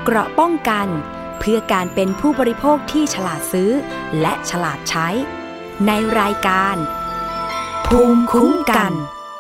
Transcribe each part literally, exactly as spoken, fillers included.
เกราะป้องกันเพื่อการเป็นผู้บริโภคที่ฉลาดซื้อและฉลาดใช้ในรายการภูมิคุ้มกัน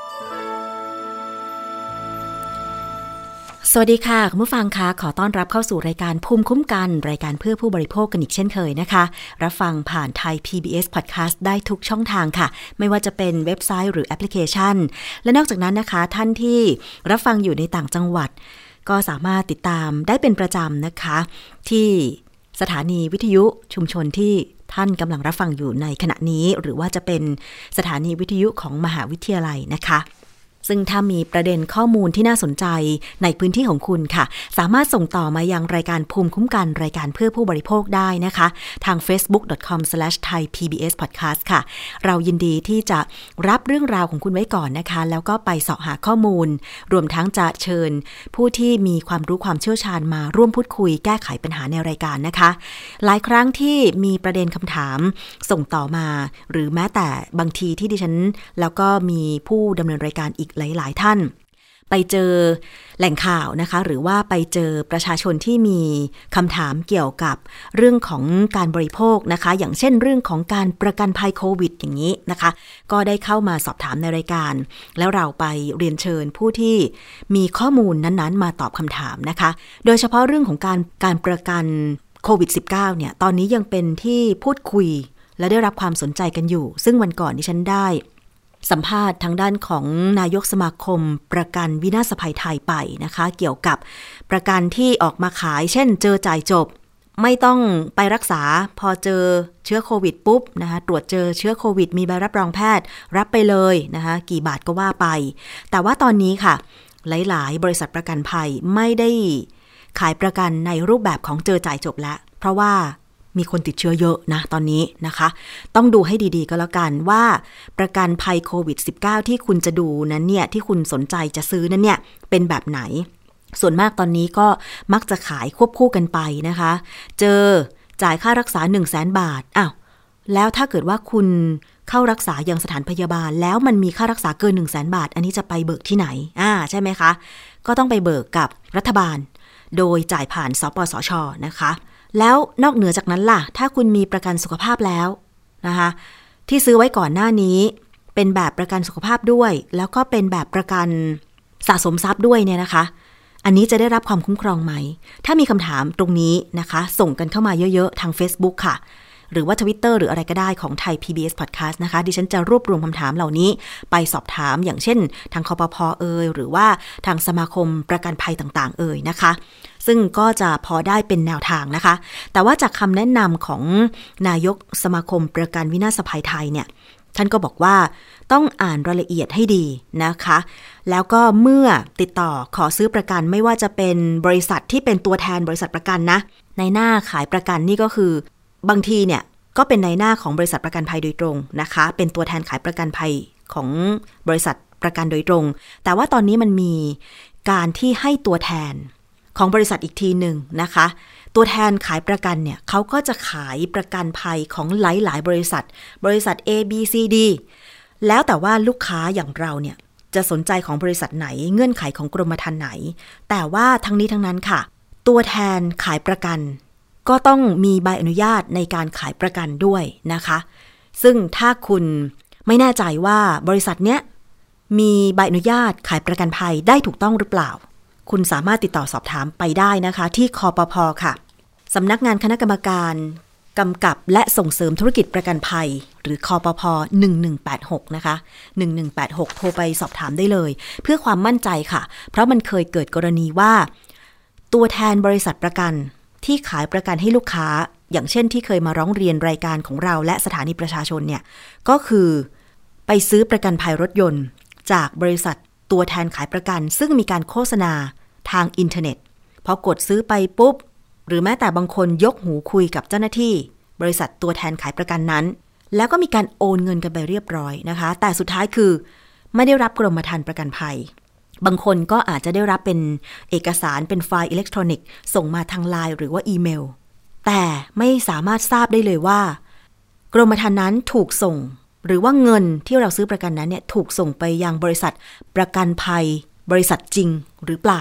สวัสดีค่ะคุณผู้ฟังคะขอต้อนรับเข้าสู่รายการภูมิคุ้มกันรายการเพื่อผู้บริโภคกันอีกเช่นเคยนะคะรับฟังผ่านไทย พี บี เอส Podcast ได้ทุกช่องทางค่ะไม่ว่าจะเป็นเว็บไซต์หรือแอปพลิเคชันและนอกจากนั้นนะคะท่านที่รับฟังอยู่ในต่างจังหวัดก็สามารถติดตามได้เป็นประจำนะคะที่สถานีวิทยุชุมชนที่ท่านกำลังรับฟังอยู่ในขณะนี้หรือว่าจะเป็นสถานีวิทยุของมหาวิทยาลัยนะคะซึ่งถ้ามีประเด็นข้อมูลที่น่าสนใจในพื้นที่ของคุณค่ะสามารถส่งต่อมายังรายการภูมิคุ้มกันรายการเพื่อผู้บริโภคได้นะคะทาง เฟซบุ๊ก ดอท คอม สแลช ไทย พี บี เอส พอดแคสต์ ค่ะเรายินดีที่จะรับเรื่องราวของคุณไว้ก่อนนะคะแล้วก็ไปเสาะหาข้อมูลรวมทั้งจะเชิญผู้ที่มีความรู้ความเชี่ยวชาญมาร่วมพูดคุยแก้ไขปัญหาในรายการนะคะหลายครั้งที่มีประเด็นคำถามส่งต่อมาหรือแม้แต่บางทีที่ดิฉันแล้วก็มีผู้ดำเนินรายการอีกหลายๆท่านไปเจอแหล่งข่าวนะคะหรือว่าไปเจอประชาชนที่มีคำถามเกี่ยวกับเรื่องของการบริโภคนะคะอย่างเช่นเรื่องของการประกันภัยโควิดอย่างนี้นะคะก็ได้เข้ามาสอบถามในรายการแล้วเราไปเรียนเชิญผู้ที่มีข้อมูลนั้นๆมาตอบคำถามนะคะโดยเฉพาะเรื่องของการการประกันโควิด สิบเก้า เนี่ยตอนนี้ยังเป็นที่พูดคุยและได้รับความสนใจกันอยู่ซึ่งวันก่อนที่ฉันได้สัมภาษณ์ทางด้านของนายกสมาคมประกันวินาศภัยไทยไปนะคะเกี่ยวกับประกันที่ออกมาขายเช่นเจอจ่ายจบไม่ต้องไปรักษาพอเจอเชื้อโควิดปุ๊บนะคะตรวจเจอเชื้อโควิดมีใบรับรองแพทย์รับไปเลยนะคะกี่บาทก็ว่าไปแต่ว่าตอนนี้ค่ะหลายๆบริษัทประกันภัยไม่ได้ขายประกันในรูปแบบของเจอจ่ายจบแล้วเพราะว่ามีคนติดเชื้อเยอะนะตอนนี้นะคะต้องดูให้ดีๆก็แล้วกันว่าประกันภัยโควิด สิบเก้า ที่คุณจะดูนั้นเนี่ยที่คุณสนใจจะซื้อนั้นเนี่ยเป็นแบบไหนส่วนมากตอนนี้ก็มักจะขายควบคู่กันไปนะคะเจอจ่ายค่ารักษา หนึ่งแสน บาทอ้าวแล้วถ้าเกิดว่าคุณเข้ารักษายังสถานพยาบาลแล้วมันมีค่ารักษาเกิน หนึ่งแสน บาทอันนี้จะไปเบิกที่ไหนอ่าใช่ไหมคะก็ต้องไปเบิกกับรัฐบาลโดยจ่ายผ่านสปสช.นะคะแล้วนอกเหนือจากนั้นล่ะถ้าคุณมีประกันสุขภาพแล้วนะคะที่ซื้อไว้ก่อนหน้านี้เป็นแบบประกันสุขภาพด้วยแล้วก็เป็นแบบประกันสะสมทรัพย์ด้วยเนี่ยนะคะอันนี้จะได้รับความคุ้มครองไหมถ้ามีคำถามตรงนี้นะคะส่งกันเข้ามาเยอะๆทาง Facebook ค่ะหรือว่า Twitter หรืออะไรก็ได้ของไทย พี บี เอส Podcast นะคะดิฉันจะรวบรวมคำถามเหล่านี้ไปสอบถามอย่างเช่นทางคปภ.เอ่ยหรือว่าทางสมาคมประกันภัยต่างๆเอ่ยนะคะซึ่งก็จะพอได้เป็นแนวทางนะคะแต่ว่าจากคำแนะนำของนายกสมาคมประกันวินาศภัยไทยเนี่ยท่านก็บอกว่าต้องอ่านรายละเอียดให้ดีนะคะแล้วก็เมื่อติดต่อขอซื้อประกันไม่ว่าจะเป็นบริษัทที่เป็นตัวแทนบริษัทประกันนะในหน้าขายประกันนี่ก็คือบางทีเนี่ยก็เป็นในหน้าของบริษัทประกันภัยโดยตรงนะคะเป็นตัวแทนขายประกันภัยของบริษัทประกันโดยตรงแต่ว่าตอนนี้มันมีการที่ให้ตัวแทนของบริษัทอีกทีหนึ่งนะคะตัวแทนขายประกันเนี่ยเขาก็จะขายประกันภัยของหลายๆบริษัทบริษัท A B C D แล้วแต่ว่าลูกค้าอย่างเราเนี่ยจะสนใจของบริษัทไหนเงื่อนไขของกรมธรรม์ไหนแต่ว่าทั้งนี้ทั้งนั้นค่ะตัวแทนขายประกันก็ต้องมีใบอนุญาตในการขายประกันด้วยนะคะซึ่งถ้าคุณไม่แน่ใจว่าบริษัทเนี้ยมีใบอนุญาตขายประกันภัยได้ถูกต้องหรือเปล่าคุณสามารถติดต่อสอบถามไปได้นะคะที่คปภ.ค่ะสำนักงานคณะกรรมการกำกับและส่งเสริมธุรกิจประกันภัยหรือคปภ.หนึ่งหนึ่งแปดหกนะคะหนึ่งหนึ่งแปดหกโทรไปสอบถามได้เลยเพื่อความมั่นใจค่ะเพราะมันเคยเกิดกรณีว่าตัวแทนบริษัทประกันที่ขายประกันให้ลูกค้าอย่างเช่นที่เคยมาร้องเรียนรายการของเราและสถานีประชาชนเนี่ยก็คือไปซื้อประกันภัยรถยนต์จากบริษัทตัวแทนขายประกันซึ่งมีการโฆษณาทางอินเทอร์เน็ตพอกดซื้อไปปุ๊บหรือแม้แต่บางคนยกหูคุยกับเจ้าหน้าที่บริษัทตัวแทนขายประกันนั้นแล้วก็มีการโอนเงินกันไปเรียบร้อยนะคะแต่สุดท้ายคือไม่ได้รับกรมธรรม์ประกันภัยบางคนก็อาจจะได้รับเป็นเอกสารเป็นไฟล์อิเล็กทรอนิกส์ส่งมาทางไลน์หรือว่าอีเมลแต่ไม่สามารถทราบได้เลยว่ากรมธรรม์นั้นถูกส่งหรือว่าเงินที่เราซื้อประกันนั้นเนี่ยถูกส่งไปยังบริษัทประกันภัยบริษัทจริงหรือเปล่า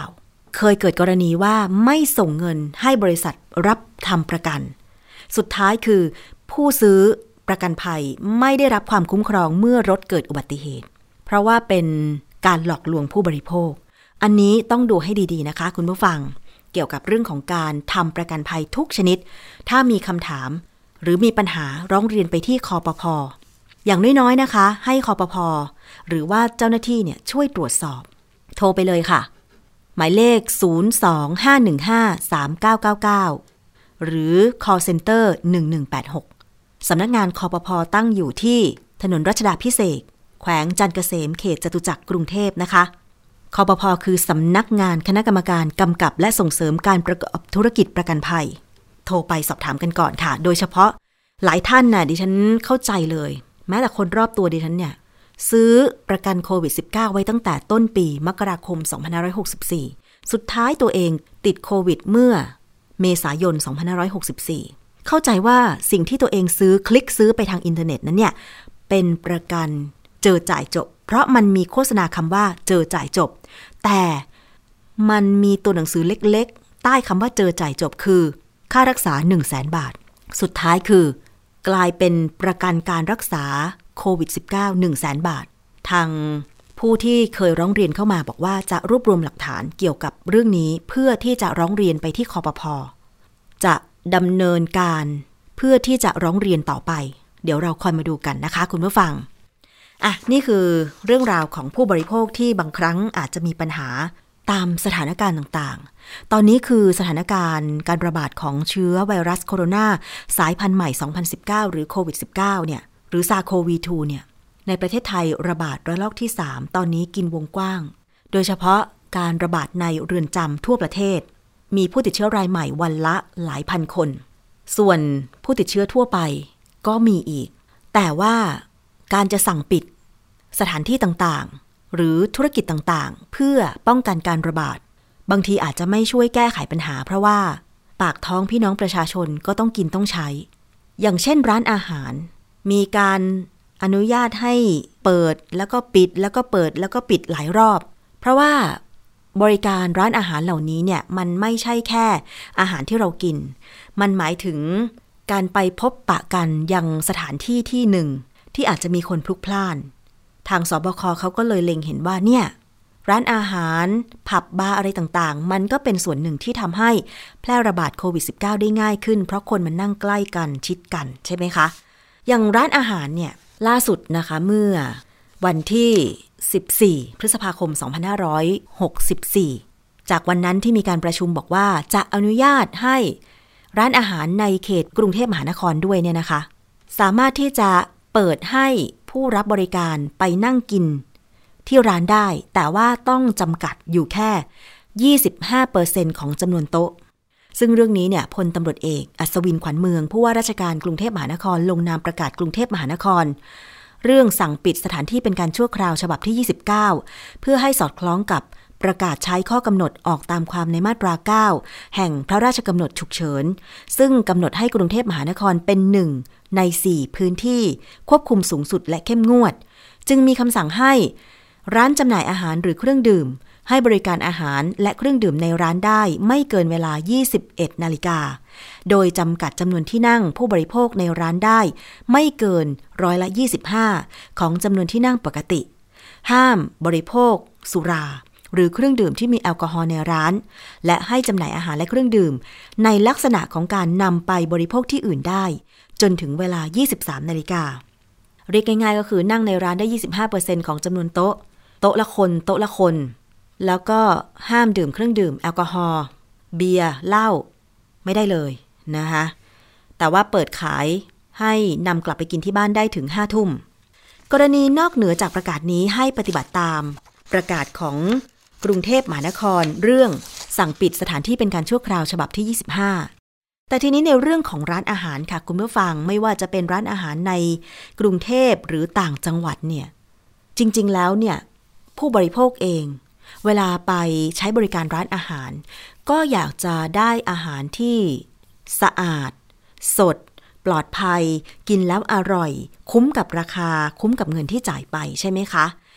เคยเกิดกรณีว่าไม่ส่งเงินให้บริษัทรับทำประกันสุดท้ายคือผู้ซื้อประกันภัยไม่ได้รับความคุ้มครองเมื่อรถเกิดอุบัติเหตุเพราะว่าเป็นการหลอกลวงผู้บริโภคอันนี้ต้องดูให้ดีๆนะคะคุณผู้ฟังเกี่ยวกับเรื่องของการทำประกันภัยทุกชนิดถ้ามีคำถามหรือมีปัญหาร้องเรียนไปที่คปภ.อย่างน้อยๆนะคะให้คปภ.หรือว่าเจ้าหน้าที่เนี่ยช่วยตรวจสอบโทรไปเลยค่ะหมายเลขศูนย์ สอง ห้า หนึ่ง ห้า สาม เก้า เก้า เก้าหรือ call center หนึ่ง หนึ่ง แปด หกสำนักงานคปภ.ตั้งอยู่ที่ถนนรัชดาภิเษกแขวงจันทร์เกษมเขตจตุจักรกรุงเทพนะคะคปภ.คือสำนักงานคณะกรรมการกำกับและส่งเสริมการประกอบธุรกิจประกันภัยโทรไปสอบถามกันก่อนค่ะโดยเฉพาะหลายท่านน่ะดิฉันเข้าใจเลยแม้แต่คนรอบตัวดิฉันเนี่ยซื้อประกันโควิด สิบเก้า ไว้ตั้งแต่ต้นปีมกราคมสองพันห้าร้อยหกสิบสี่สุดท้ายตัวเองติดโควิดเมื่อเมษายนสองพันห้าร้อยหกสิบสี่เข้าใจว่าสิ่งที่ตัวเองซื้อคลิกซื้อไปทางอินเทอร์เน็ตนั้นเนี่ยเป็นประกันเจอจ่ายจบเพราะมันมีโฆษณาคำว่าเจอจ่ายจบแต่มันมีตัวหนังสือเล็กๆใต้คำว่าเจอจ่ายจบคือค่ารักษา หนึ่งแสน บาทสุดท้ายคือกลายเป็นประกันการรักษาโควิด สิบเก้า หนึ่งแสน บาททางผู้ที่เคยร้องเรียนเข้ามาบอกว่าจะรวบรวมหลักฐานเกี่ยวกับเรื่องนี้เพื่อที่จะร้องเรียนไปที่คปภ.จะดำเนินการเพื่อที่จะร้องเรียนต่อไปเดี๋ยวเราคอยมาดูกันนะคะคุณผู้ฟังอ่ะนี่คือเรื่องราวของผู้บริโภคที่บางครั้งอาจจะมีปัญหาตามสถานการณ์ต่างๆตอนนี้คือสถานการณ์การระบาดของเชื้อไวรัสโคโรนาสายพันธุ์ใหม่สองพันสิบเก้าหรือโควิด สิบเก้า เนี่ยหรือซาโควี ทู เนี่ยในประเทศไทยระบาดระลอกที่สามตอนนี้กินวงกว้างโดยเฉพาะการระบาดในเรือนจำทั่วประเทศมีผู้ติดเชื้อรายใหม่วันละหลายพันคนส่วนผู้ติดเชื้อทั่วไปก็มีอีกแต่ว่าการจะสั่งปิดสถานที่ต่างๆหรือธุรกิจต่างๆเพื่อป้องกันการระบาดบางทีอาจจะไม่ช่วยแก้ไขปัญหาเพราะว่าปากท้องพี่น้องประชาชนก็ต้องกินต้องใช้อย่างเช่นร้านอาหารมีการอนุญาตให้เปิดแล้วก็ปิดแล้วก็เปิดแล้วก็ปิดหลายรอบเพราะว่าบริการร้านอาหารเหล่านี้เนี่ยมันไม่ใช่แค่อาหารที่เรากินมันหมายถึงการไปพบปะกันยังสถานที่ที่หนึ่งที่อาจจะมีคนพลุกพล่านทางสบคเขาก็เลยเล็งเห็นว่าเนี่ยร้านอาหารผับบาร์อะไรต่างๆมันก็เป็นส่วนหนึ่งที่ทำให้แพร่ระบาดโควิด สิบเก้า ได้ง่ายขึ้นเพราะคนมันนั่งใกล้กันชิดกันใช่ไหมคะอย่างร้านอาหารเนี่ยล่าสุดนะคะเมื่อวันที่สิบสี่พฤษภาคมสองพันห้าร้อยหกสิบสี่จากวันนั้นที่มีการประชุมบอกว่าจะอนุญาตให้ร้านอาหารในเขตกรุงเทพมหานครด้วยเนี่ยนะคะสามารถที่จะเปิดให้ผู้รับบริการไปนั่งกินที่ร้านได้แต่ว่าต้องจำกัดอยู่แค่ ยี่สิบห้าเปอร์เซ็นต์ ของจำนวนโต๊ะซึ่งเรื่องนี้เนี่ยพลตำรวจเอกอัศวินขวัญเมืองผู้ว่าราชการกรุงเทพมหานครลงนามประกาศกรุงเทพมหานครเรื่องสั่งปิดสถานที่เป็นการชั่วคราวฉบับที่ยี่สิบเก้าเพื่อให้สอดคล้องกับประกาศใช้ข้อกำหนดออกตามความในมาตราเก้าแห่งพระราชกำหนดฉุกเฉินซึ่งกำหนดให้กรุงเทพมหานครเป็นหนึ่งในสี่พื้นที่ควบคุมสูงสุดและเข้มงวดจึงมีคำสั่งให้ร้านจำหน่ายอาหารหรือเครื่องดื่มให้บริการอาหารและเครื่องดื่มในร้านได้ไม่เกินเวลา ยี่สิบเอ็ดนาฬิกาโดยจำกัดจำนวนที่นั่งผู้บริโภคในร้านได้ไม่เกินร้อยละยี่สิบห้าของจำนวนที่นั่งปกติห้ามบริโภคสุราหรือเครื่องดื่มที่มีแอลกอฮอล์ในร้านและให้จำหน่ายอาหารและเครื่องดื่มในลักษณะของการนำไปบริโภคที่อื่นได้จนถึงเวลา ยี่สิบสามนาฬิกาเรียกง่ายๆก็คือนั่งในร้านได้ ยี่สิบห้าเปอร์เซ็นต์ ของจำนวนโต๊ะโต๊ะละคนโต๊ะละคนแล้วก็ห้ามดื่มเครื่องดื่มแอลกอฮอล์เบียร์เหล้าไม่ได้เลยนะคะแต่ว่าเปิดขายให้นำกลับไปกินที่บ้านได้ถึงห้าทุ่มกรณีนอกเหนือจากประกาศนี้ให้ปฏิบัติตามประกาศของกรุงเทพมหานครเรื่องสั่งปิดสถานที่เป็นการชั่วคราวฉบับที่ยี่สิบห้าแต่ทีนี้ในเรื่องของร้านอาหารค่ะคุณผู้ฟังไม่ว่าจะเป็นร้านอาหารในกรุงเทพหรือต่างจังหวัดเนี่ยจริงๆแล้วเนี่ยผู้บริโภคเองเวลาไปใช้บริการร้านอาหารก็อยากจะได้อาหารที่สะอาดสดปลอดภัยกินแล้วอร่อยคุ้มกับราคาคุ้มกับเงินที่จ่ายไปใช่ไหมคะ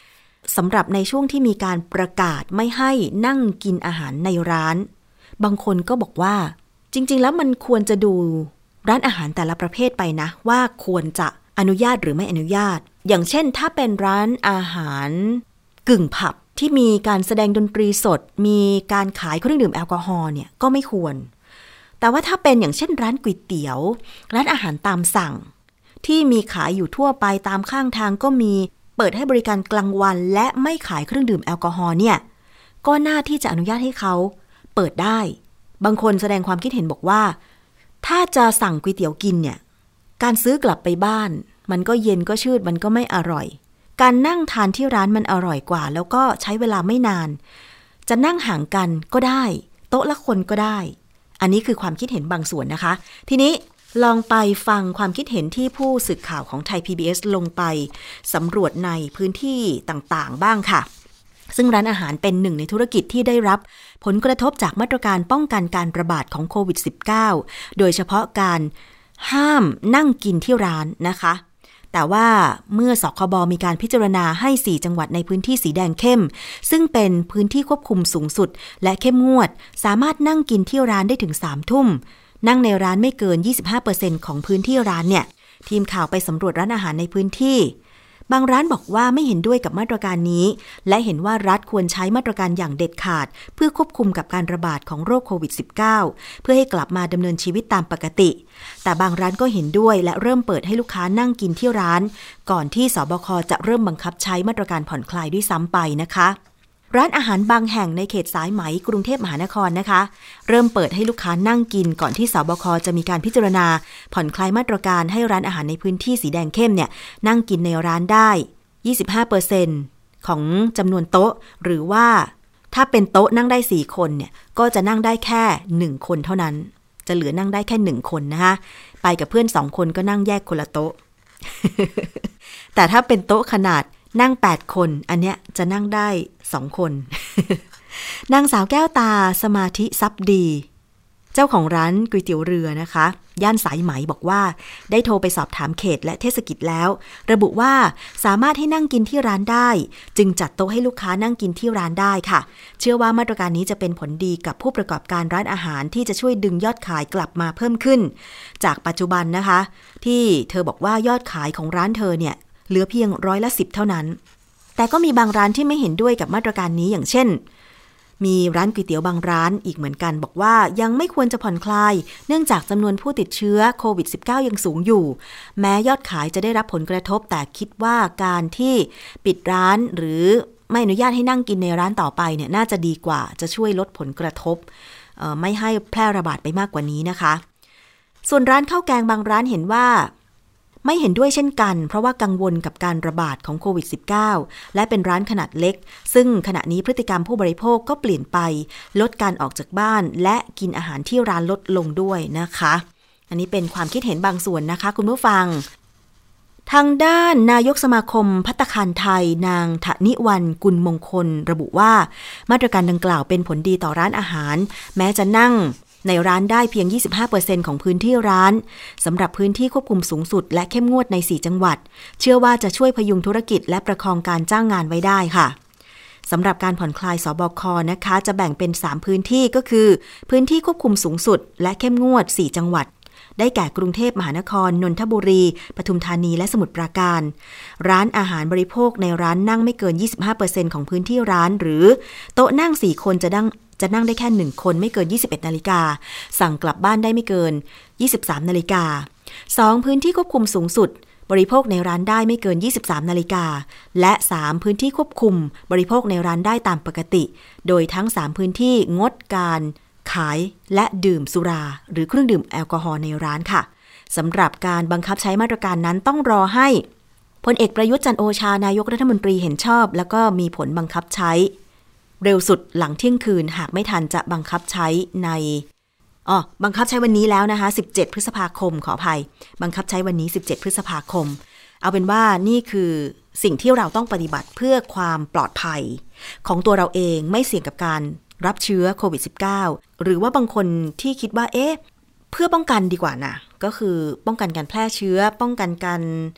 สำหรับในช่วงที่มีการประกาศไม่ให้นั่งกินอาหารในร้านบางคนก็บอกว่าจริงๆแล้วมันควรจะดูร้านอาหารแต่ละประเภทไปนะว่าควรจะอนุญาตหรือไม่อนุญาตอย่างเช่นถ้าเป็นร้านอาหารกึ่งผับที่มีการแสดงดนตรีสดมีการขายเครื่องดื่มแอลกอฮอล์เนี่ยก็ไม่ควรแต่ว่าถ้าเป็นอย่างเช่นร้านก๋วยเตี๋ยวร้านอาหารตามสั่งที่มีขายอยู่ทั่วไปตามข้างทางก็มีเปิดให้บริการกลางวันและไม่ขายเครื่องดื่มแอลกอฮอล์เนี่ยก็น่าที่จะอนุญาตให้เขาเปิดได้บางคนแสดงความคิดเห็นบอกว่าถ้าจะสั่งก๋วยเตี๋ยวกินเนี่ยการซื้อกลับไปบ้านมันก็เย็นก็ชืดมันก็ไม่อร่อยการนั่งทานที่ร้านมันอร่อยกว่าแล้วก็ใช้เวลาไม่นานจะนั่งห่างกันก็ได้โต๊ะละคนก็ได้อันนี้คือความคิดเห็นบางส่วนนะคะทีนี้ลองไปฟังความคิดเห็นที่ผู้สื่อข่าวของไทย พี บี เอส ลงไปสำรวจในพื้นที่ต่างๆบ้างค่ะซึ่งร้านอาหารเป็นหนึ่งในธุรกิจที่ได้รับผลกระทบจากมาตรการป้องกันการระบาดของโควิด สิบเก้า โดยเฉพาะการห้ามนั่งกินที่ร้านนะคะแต่ว่าเมื่อสคบมีการพิจารณาให้สี่จังหวัดในพื้นที่สีแดงเข้มซึ่งเป็นพื้นที่ควบคุมสูงสุดและเข้มงวดสามารถนั่งกินที่ร้านได้ถึงสามทุ่มนั่งในร้านไม่เกิน ยี่สิบห้าเปอร์เซ็นต์ ของพื้นที่ร้านเนี่ยทีมข่าวไปสำรวจร้านอาหารในพื้นที่บางร้านบอกว่าไม่เห็นด้วยกับมาตรการนี้และเห็นว่ารัฐควรใช้มาตรการอย่างเด็ดขาดเพื่อควบคุมกับการระบาดของโรคโควิด สิบเก้า เพื่อให้กลับมาดำเนินชีวิตตามปกติแต่บางร้านก็เห็นด้วยและเริ่มเปิดให้ลูกค้านั่งกินที่ร้านก่อนที่สบคจะเริ่มบังคับใช้มาตรการผ่อนคลายด้วยซ้ำไปนะคะร้านอาหารบางแห่งในเขตสายไหมกรุงเทพมหานครนะคะเริ่มเปิดให้ลูกค้านั่งกินก่อนที่สบคจะมีการพิจารณาผ่อนคลายมาตรการให้ร้านอาหารในพื้นที่สีแดงเข้มเนี่ยนั่งกินในร้านได้ ยี่สิบห้าเปอร์เซ็นต์ ของจำนวนโต๊ะหรือว่าถ้าเป็นโต๊ะนั่งได้สี่คนเนี่ยก็จะนั่งได้แค่หนึ่งคนเท่านั้นจะเหลือนั่งได้แค่หนึ่งคนนะคะไปกับเพื่อนสองคนก็นั่งแยกคนละโต๊ะ แต่ถ้าเป็นโต๊ะขนาดนั่งแปดคนอันเนี้ยจะนั่งได้สองคน นางสาวแก้วตาสมาธิทรัพย์ดีเจ้าของร้านก๋วยเตี๋ยวเรือนะคะย่านสายไหมบอกว่าได้โทรไปสอบถามเขตและเทศกิจแล้วระบุว่าสามารถให้นั่งกินที่ร้านได้จึงจัดโต๊ะให้ลูกค้านั่งกินที่ร้านได้ค่ะเชื่อว่ามาตรการนี้จะเป็นผลดีกับผู้ประกอบการร้านอาหารที่จะช่วยดึงยอดขายกลับมาเพิ่มขึ้นจากปัจจุบันนะคะที่เธอบอกว่ายอดขายของร้านเธอเนี่ยเหลือเพียงร้อยละสิบเท่านั้นแต่ก็มีบางร้านที่ไม่เห็นด้วยกับมาตรการนี้อย่างเช่นมีร้านก๋วยเตี๋ยวบางร้านอีกเหมือนกันบอกว่ายังไม่ควรจะผ่อนคลายเนื่องจากจำนวนผู้ติดเชื้อโควิด สิบเก้า ยังสูงอยู่แม้ยอดขายจะได้รับผลกระทบแต่คิดว่าการที่ปิดร้านหรือไม่อนุญาตให้นั่งกินในร้านต่อไปเนี่ยน่าจะดีกว่าจะช่วยลดผลกระทบไม่ให้แพร่ระบาดไปมากกว่านี้นะคะส่วนร้านข้าวแกงบางร้านเห็นว่าไม่เห็นด้วยเช่นกันเพราะว่ากังวลกับการระบาดของโควิด สิบเก้า และเป็นร้านขนาดเล็กซึ่งขณะนี้พฤติกรรมผู้บริโภคก็เปลี่ยนไปลดการออกจากบ้านและกินอาหารที่ร้านลดลงด้วยนะคะอันนี้เป็นความคิดเห็นบางส่วนนะคะคุณผู้ฟังทางด้านนายกสมาคมภัตตาคารไทยนางถนิวรรณกุลมงคลระบุว่ามาตรการดังกล่าวเป็นผลดีต่อร้านอาหารแม้จะนั่งในร้านได้เพียง ยี่สิบห้าเปอร์เซ็นต์ ของพื้นที่ร้านสำหรับพื้นที่ควบคุมสูงสุดและเข้มงวดในสี่จังหวัดเชื่อว่าจะช่วยพยุงธุรกิจและประคองการจ้างงานไว้ได้ค่ะสำหรับการผ่อนคลายสบคนะคะจะแบ่งเป็นสามพื้นที่ก็คือพื้นที่ควบคุมสูงสุดและเข้มงวดสี่จังหวัดได้แก่กรุงเทพมหานครนนทบุรีปทุมธานีและสมุทรปราการร้านอาหารบริโภคในร้านนั่งไม่เกิน ยี่สิบห้าเปอร์เซ็นต์ ของพื้นที่ร้านหรือโต๊ะนั่งสี่คนจะนั่งจะนั่งได้แค่หนึ่งคนไม่เกินยี่สิบเอ็ดนาฬิกาสั่งกลับบ้านได้ไม่เกินยี่สิบสามนาฬิกาสองพื้นที่ควบคุมสูงสุดบริโภคในร้านได้ไม่เกินยี่สิบสามนาฬิกาและสามพื้นที่ควบคุมบริโภคในร้านได้ตามปกติโดยทั้งสามพื้นที่งดการขายและดื่มสุราหรือเครื่องดื่มแอลกอฮอล์ในร้านค่ะสำหรับการบังคับใช้มาตรการนั้นต้องรอให้พลเอกประยุทธ์จันทร์โอชานายกรัฐมนตรีเห็นชอบแล้วก็มีผลบังคับใช้เร็วสุดหลังเที่ยงคืนหากไม่ทันจะบังคับใช้ในอ๋อบังคับใช้วันนี้แล้วนะคะสิบเจ็ดพฤษภาคมขออภัยบังคับใช้วันนี้สิบเจ็ดพฤษภาคมเอาเป็นว่านี่คือสิ่งที่เราต้องปฏิบัติเพื่อความปลอดภัยของตัวเราเองไม่เสี่ยงกับการรับเชื้อโควิด สิบเก้า หรือว่าบางคนที่คิดว่าเอ๊ะเพื่อป้องกันดีกว่านะก็คือป้องกันการแพร่เชื้อป้องกันการ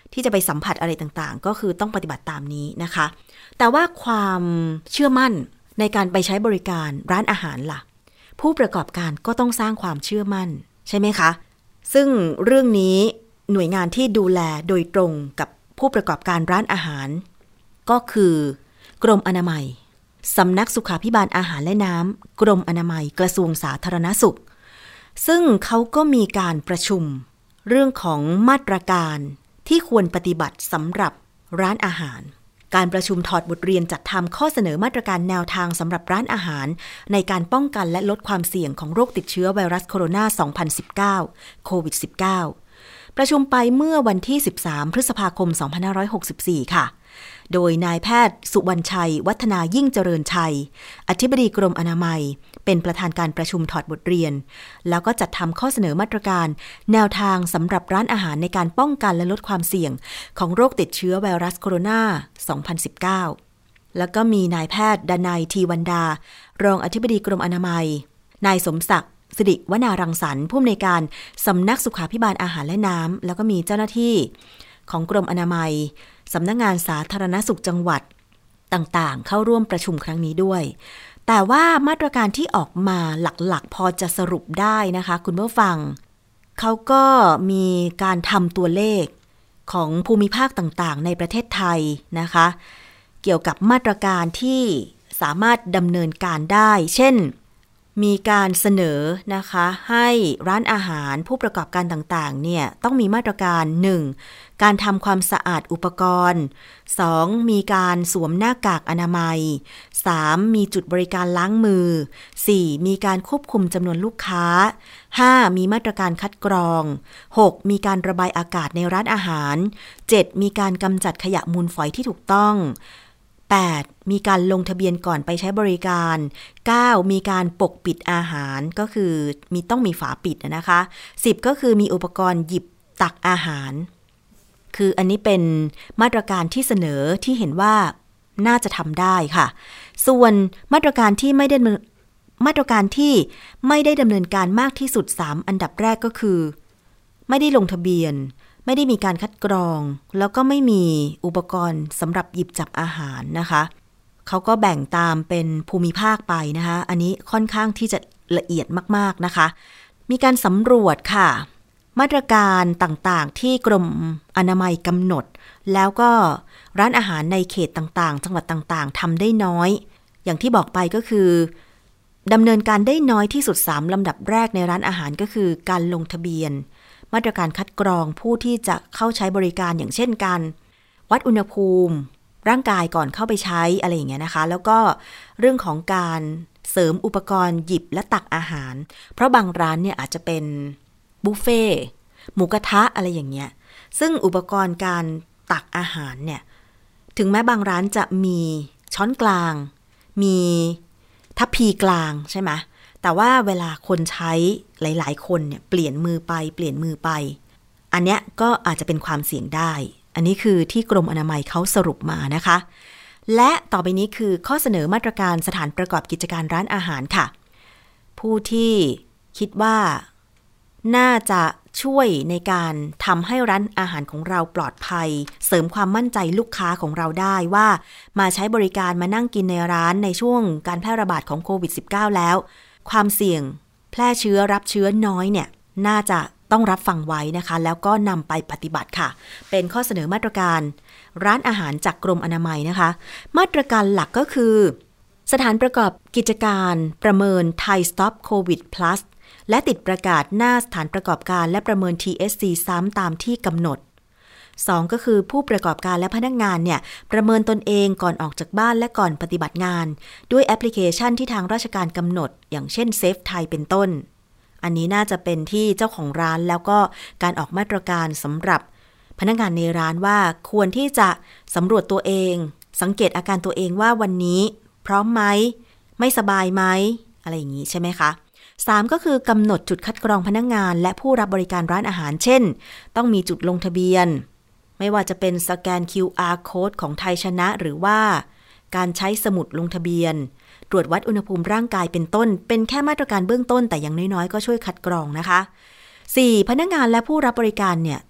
ที่จะไปสัมผัสอะไรต่างๆก็คือต้องปฏิบัติตามนี้นะคะแต่ว่าความเชื่อมั่นในการไปใช้บริการร้านอาหารล่ะผู้ประกอบการก็ต้องสร้างความเชื่อมั่นใช่ไหมคะซึ่งเรื่องนี้หน่วยงานที่ดูแลโดยตรงกับผู้ประกอบการร้านอาหารก็คือกรมอนามัยสำนักสุขาภิบาลอาหารและน้ำกรมอนามัยกระทรวงสาธารณสุขซึ่งเขาก็มีการประชุมเรื่องของมาตรการที่ควรปฏิบัติสำหรับร้านอาหารการประชุมถอดบทเรียนจัดทำข้อเสนอมาตรการแนวทางสำหรับร้านอาหารในการป้องกันและลดความเสี่ยงของโรคติดเชื้อไวรัสโคโรนา สองพันสิบเก้า โควิด สิบเก้า ประชุมไปเมื่อวันที่สิบสามพฤษภาคมสองพันห้าร้อยหกสิบสี่ค่ะโดยนายแพทย์สุวรรณชัยวัฒนายิ่งเจริญชัยอธิบดีกรมอนามัยเป็นประธานการประชุมถอดบทเรียนแล้วก็จัดทำข้อเสนอมาตรการแนวทางสำหรับร้านอาหารในการป้องกันและลดความเสี่ยงของโรคติดเชื้อไวรัสโคโรนา สองพันสิบเก้า แล้วก็มีนายแพทย์ดนัยทีวันดารองอธิบดีกรมอนามัยนายสมศักดิ์สิริวนารังสรรค์ผู้อำนวยการสำนักสุขาภิบาลอาหารและน้ำแล้วก็มีเจ้าหน้าที่ของกรมอนามัยสำนักงานสาธารณสุขจังหวัดต่างๆเข้าร่วมประชุมครั้งนี้ด้วยแต่ว่ามาตรการที่ออกมาหลักๆพอจะสรุปได้นะคะคุณผู้ฟังเขาก็มีการทำตัวเลขของภูมิภาคต่างๆในประเทศไทยนะคะเกี่ยวกับมาตรการที่สามารถดำเนินการได้เช่นมีการเสนอนะคะให้ร้านอาหารผู้ประกอบการต่างๆเนี่ยต้องมีมาตรการหนึ่งการทำความสะอาดอุปกรณ์สองมีการสวมหน้ากากอนามัยสามมีจุดบริการล้างมือสี่มีการควบคุมจำนวนลูกค้าห้ามีมาตรการคัดกรองหกมีการระบายอากาศในร้านอาหารเจ็ดมีการกำจัดขยะมูลฝอยที่ถูกต้องแปดมีการลงทะเบียนก่อนไปใช้บริการเก้ามีการปกปิดอาหารก็คือมีต้องมีฝาปิดนะคะสิบก็คือมีอุปกรณ์หยิบตักอาหารคืออันนี้เป็นมาตรการที่เสนอที่เห็นว่าน่าจะทำได้ค่ะส่วนมาตรการที่ไม่ได้มาตรการที่ไม่ได้ดำเนินการมากที่สุดสามอันดับแรกก็คือไม่ได้ลงทะเบียนไม่ได้มีการคัดกรองแล้วก็ไม่มีอุปกรณ์สำหรับหยิบจับอาหารนะคะเขาก็แบ่งตามเป็นภูมิภาคไปนะคะอันนี้ค่อนข้างที่จะละเอียดมากๆนะคะมีการสำรวจค่ะมาตรการต่างๆที่กรมอนามัยกำหนดแล้วก็ร้านอาหารในเขตต่างๆจังหวัดต่างๆทำได้น้อยอย่างที่บอกไปก็คือดำเนินการได้น้อยที่สุดสามลำดับแรกในร้านอาหารก็คือการลงทะเบียนมาตรการคัดกรองผู้ที่จะเข้าใช้บริการอย่างเช่นการวัดอุณหภูมิร่างกายก่อนเข้าไปใช้อะไรอย่างเงี้ยนะคะแล้วก็เรื่องของการเสริมอุปกรณ์หยิบและตักอาหารเพราะบางร้านเนี่ยอาจจะเป็นบุฟเฟ่หมูกระทะอะไรอย่างเงี้ยซึ่งอุปกรณ์การตักอาหารเนี่ยถึงแม้บางร้านจะมีช้อนกลางมีทัพพีกลางใช่ไหมแต่ว่าเวลาคนใช้หลายๆคนเนี่ยเปลี่ยนมือไปเปลี่ยนมือไปอันเนี้ยก็อาจจะเป็นความเสี่ยงได้อันนี้คือที่กรมอนามัยเขาสรุปมานะคะและต่อไปนี้คือข้อเสนอมาตรการสถานประกอบกิจการร้านอาหารค่ะผู้ที่คิดว่าน่าจะช่วยในการทำให้ร้านอาหารของเราปลอดภัยเสริมความมั่นใจลูกค้าของเราได้ว่ามาใช้บริการมานั่งกินในร้านในช่วงการแพร่ระบาดของโควิด สิบเก้า แล้วความเสี่ยงแพร่เชื้อรับเชื้อน้อยเนี่ยน่าจะต้องรับฟังไว้นะคะแล้วก็นำไปปฏิบัติค่ะเป็นข้อเสนอมาตรการร้านอาหารจากกรมอนามัยนะคะมาตรการหลักก็คือสถานประกอบกิจการประเมิน Thai Stop COVID Plus และติดประกาศหน้าสถานประกอบการและประเมิน ที เอส ซี ซ้ำตามที่กำหนดสองก็คือผู้ประกอบการและพนักงานเนี่ยประเมินตนเองก่อนออกจากบ้านและก่อนปฏิบัติงานด้วยแอปพลิเคชันที่ทางราชการกำหนดอย่างเช่น Safe Thai เป็นต้นอันนี้น่าจะเป็นที่เจ้าของร้านแล้วก็การออกมาตรการสำหรับพนักงานในร้านว่าควรที่จะสำรวจตัวเองสังเกตอาการตัวเองว่าวันนี้พร้อมไหมไม่สบายไหมอะไรอย่างนี้ใช่ไหมคะสามก็คือกำหนดจุดคัดกรองพนักงานและผู้รับบริการร้านอาหารเช่นต้องมีจุดลงทะเบียนไม่ว่าจะเป็นสแกน คิว อาร์ Code ของไทยชนะหรือว่าการใช้สมุดลงทะเบียนตรวจวัดอุณหภูมิร่างกายเป็นต้นเป็นแค่มาตรการเบื้องต้นแต่อย่างน้อยๆก็ช่วยคัดกรองนะคะสี่พนักงานและผู้รับบริการเนี่ย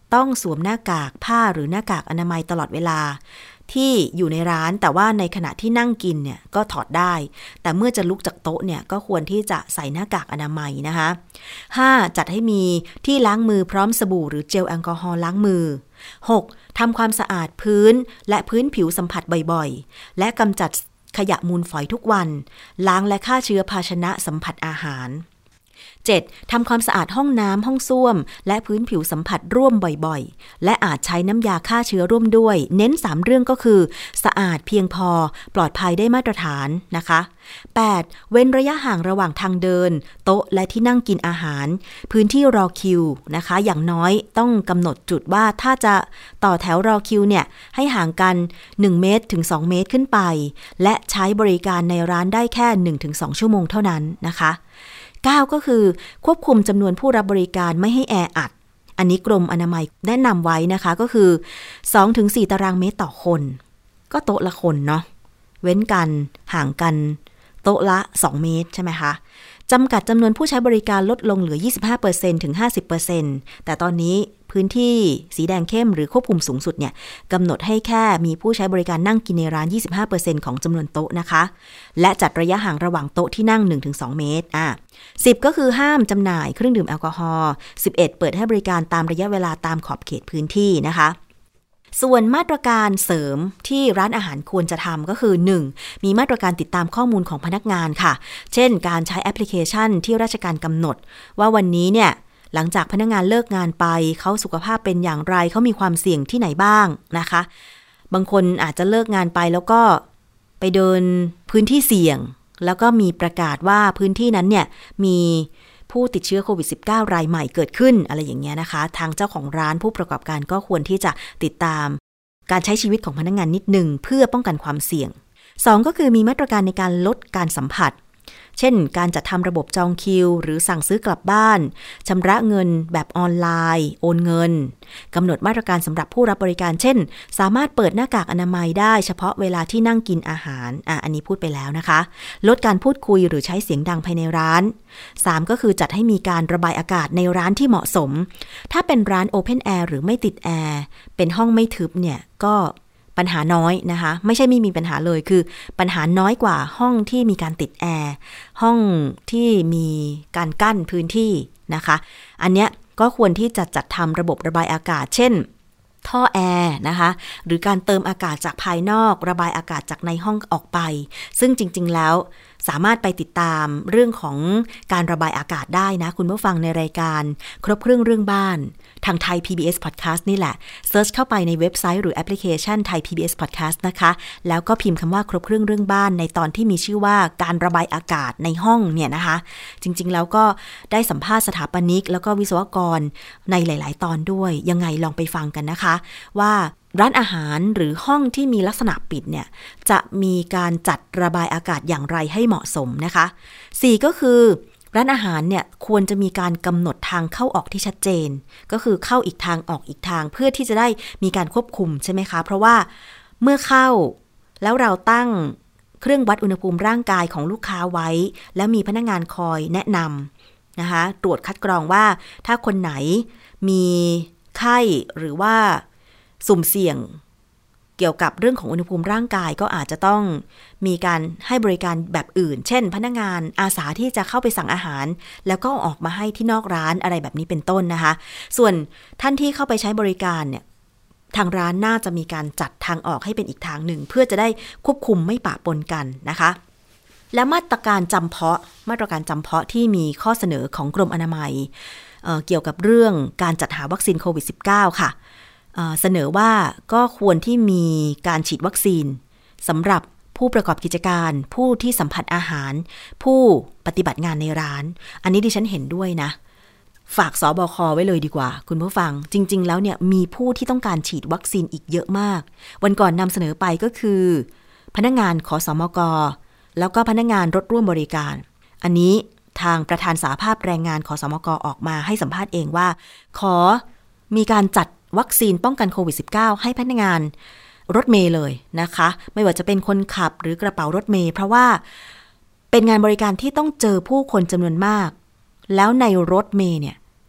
ต้องสวมหน้ากากผ้าหรือหน้ากากอนามัยตลอดเวลาที่อยู่ในร้านแต่ว่าในขณะที่นั่งกินเนี่ยก็ถอดได้แต่เมื่อจะลุกจากโต๊ะเนี่ยก็ควรที่จะใส่หน้ากากอนามัยนะคะห้าจัดให้มีที่ล้างมือพร้อมสบู่หรือเจลแอลกอฮอล์ล้างมือหกทำความสะอาดพื้นและพื้นผิวสัมผัสบ่อยๆและกำจัดขยะมูลฝอยทุกวันล้างและฆ่าเชื้อภาชนะสัมผัสอาหารเจ็ดทำความสะอาดห้องน้ำห้องส้วมและพื้นผิวสัมผัสร่วมบ่อยๆและอาจใช้น้ำยาฆ่าเชื้อร่วมด้วยเน้นสามเรื่องก็คือสะอาดเพียงพอปลอดภัยได้มาตรฐานนะคะแปดเว้นระยะห่างระหว่างทางเดินโต๊ะและที่นั่งกินอาหารพื้นที่รอคิวนะคะอย่างน้อยต้องกำหนดจุดว่าถ้าจะต่อแถวรอคิวเนี่ยให้ห่างกันหนึ่งเมตรถึงสองเมตรขึ้นไปและใช้บริการในร้านได้แค่ หนึ่งถึงสอง ชั่วโมงเท่านั้นนะคะเก้าก็คือควบคุมจำนวนผู้รับบริการไม่ให้แออัดอันนี้กรมอนามัยแนะนำไว้นะคะก็คือ สองถึงสี่ ตารางเมตรต่อคนก็โต๊ะละคนเนาะเว้นกันห่างกันโต๊ะละสองเมตรใช่ไหมคะจำกัดจำนวนผู้ใช้บริการลดลงเหลือ ยี่สิบห้าเปอร์เซ็นต์ ถึง ห้าสิบเปอร์เซ็นต์ แต่ตอนนี้พื้นที่สีแดงเข้มหรือควบคุมสูงสุดเนี่ยกำหนดให้แค่มีผู้ใช้บริการนั่งกินในร้าน ยี่สิบห้าเปอร์เซ็นต์ ของจำนวนโต๊ะนะคะและจัดระยะห่างระหว่างโต๊ะที่นั่ง หนึ่งถึงสอง เมตรอ่ะสิบก็คือห้ามจำหน่ายเครื่องดื่มแอลกอฮอล์สิบเอ็ดเปิดให้บริการตามระยะเวลาตามขอบเขตพื้นที่นะคะส่วนมาตรการเสริมที่ร้านอาหารควรจะทำก็คือ หนึ่ง มีมาตรการติดตามข้อมูลของพนักงานค่ะเช่นการใช้แอปพลิเคชันที่ราชการกำหนดว่าวันนี้เนี่ยหลังจากพนักงานเลิกงานไปเขาสุขภาพเป็นอย่างไรเขามีความเสี่ยงที่ไหนบ้างนะคะบางคนอาจจะเลิกงานไปแล้วก็ไปเดินพื้นที่เสี่ยงแล้วก็มีประกาศว่าพื้นที่นั้นเนี่ยมีผู้ติดเชื้อโควิด สิบเก้า รายใหม่เกิดขึ้นอะไรอย่างเงี้ยนะคะทางเจ้าของร้านผู้ประกอบการก็ควรที่จะติดตามการใช้ชีวิตของพนักงานนิดนึงเพื่อป้องกันความเสี่ยงสองก็คือมีมาตรการในการลดการสัมผัสเช่นการจัดทำระบบจองคิวหรือสั่งซื้อกลับบ้านชำระเงินแบบออนไลน์โอนเงินกำหนดมาตรการสำหรับผู้รับบริการเช่นสามารถเปิดหน้ากากอนามัยได้เฉพาะเวลาที่นั่งกินอาหารอ่ะอันนี้พูดไปแล้วนะคะลดการพูดคุยหรือใช้เสียงดังภายในร้านสามก็คือจัดให้มีการระบายอากาศในร้านที่เหมาะสมถ้าเป็นร้านโอเพนแอร์หรือไม่ติดแอร์เป็นห้องไม่ทึบเนี่ยก็ปัญหาน้อยนะคะไม่ใช่ไม่มีปัญหาเลยคือปัญหาน้อยกว่าห้องที่มีการติดแอร์ห้องที่มีการกั้นพื้นที่นะคะอันเนี้ยก็ควรที่จะจัดทำระบบระบายอากาศเช่นท่อแอร์นะคะหรือการเติมอากาศจากภายนอกระบายอากาศจากในห้องออกไปซึ่งจริงๆแล้วสามารถไปติดตามเรื่องของการระบายอากาศได้นะคุณผู้ฟังในรายการครบเครื่องเรื่องบ้านทางไทย พี บี เอส Podcast นี่แหละเซิร์ชเข้าไปในเว็บไซต์หรือแอปพลิเคชันไทย พี บี เอส Podcast นะคะแล้วก็พิมพ์คำว่าครบเครื่องเรื่องบ้านในตอนที่มีชื่อว่าการระบายอากาศในห้องเนี่ยนะคะจริงๆแล้วก็ได้สัมภาษณ์สถาปนิกแล้วก็วิศวกรในหลายๆตอนด้วยยังไงลองไปฟังกันนะคะว่าร้านอาหารหรือห้องที่มีลักษณะปิดเนี่ยจะมีการจัดระบายอากาศอย่างไรให้เหมาะสมนะคะสี่ก็คือร้านอาหารเนี่ยควรจะมีการกำหนดทางเข้าออกที่ชัดเจนก็คือเข้าอีกทางออกอีกทางเพื่อที่จะได้มีการควบคุมใช่ไหมคะเพราะว่าเมื่อเข้าแล้วเราตั้งเครื่องวัดอุณหภูมิร่างกายของลูกค้าไว้แล้วมีพนักงานคอยแนะนำนะคะตรวจคัดกรองว่าถ้าคนไหนมีไข้หรือว่าสุ่มเสี่ยงเกี่ยวกับเรื่องของอุณหภูมิร่างกายก็อาจจะต้องมีการให้บริการแบบอื่นเช่นพนักงานอาสาที่จะเข้าไปสั่งอาหารแล้วก็ออกมาให้ที่นอกร้านอะไรแบบนี้เป็นต้นนะคะส่วนท่านที่เข้าไปใช้บริการเนี่ยทางร้านน่าจะมีการจัดทางออกให้เป็นอีกทางหนึ่งเพื่อจะได้ควบคุมไม่ปะปนกันนะคะและมาตรการจำเพาะมาตรการจำเพาะที่มีข้อเสนอของกรมอนามัย เอ่อ เกี่ยวกับเรื่องการจัดหาวัคซีนโควิด สิบเก้า ค่ะเสนอว่าก็ควรที่มีการฉีดวัคซีนสำหรับผู้ประกอบกิจการผู้ที่สัมผัสอาหารผู้ปฏิบัติงานในร้านอันนี้ดิฉันเห็นด้วยนะฝากสบคไว้เลยดีกว่าคุณผู้ฟังจริงๆแล้วเนี่ยมีผู้ที่ต้องการฉีดวัคซีนอีกเยอะมากวันก่อนนำเสนอไปก็คือพนักงานขสมกแล้วก็พนักงานรถร่วมบริการอันนี้ทางประธานสหภาพแรงงานขสมกออกมาให้สัมภาษณ์เองว่าขอมีการจัดวัคซีนป้องกันโควิด สิบเก้า ให้พนักงานรถเมล์เลยนะคะไม่ว่าจะเป็นคนขับหรือกระเป๋ารถเมล์เพราะว่าเป็นงานบริการที่ต้องเจอผู้คนจำนวนมากแล้วในรถเมล์เนี่ย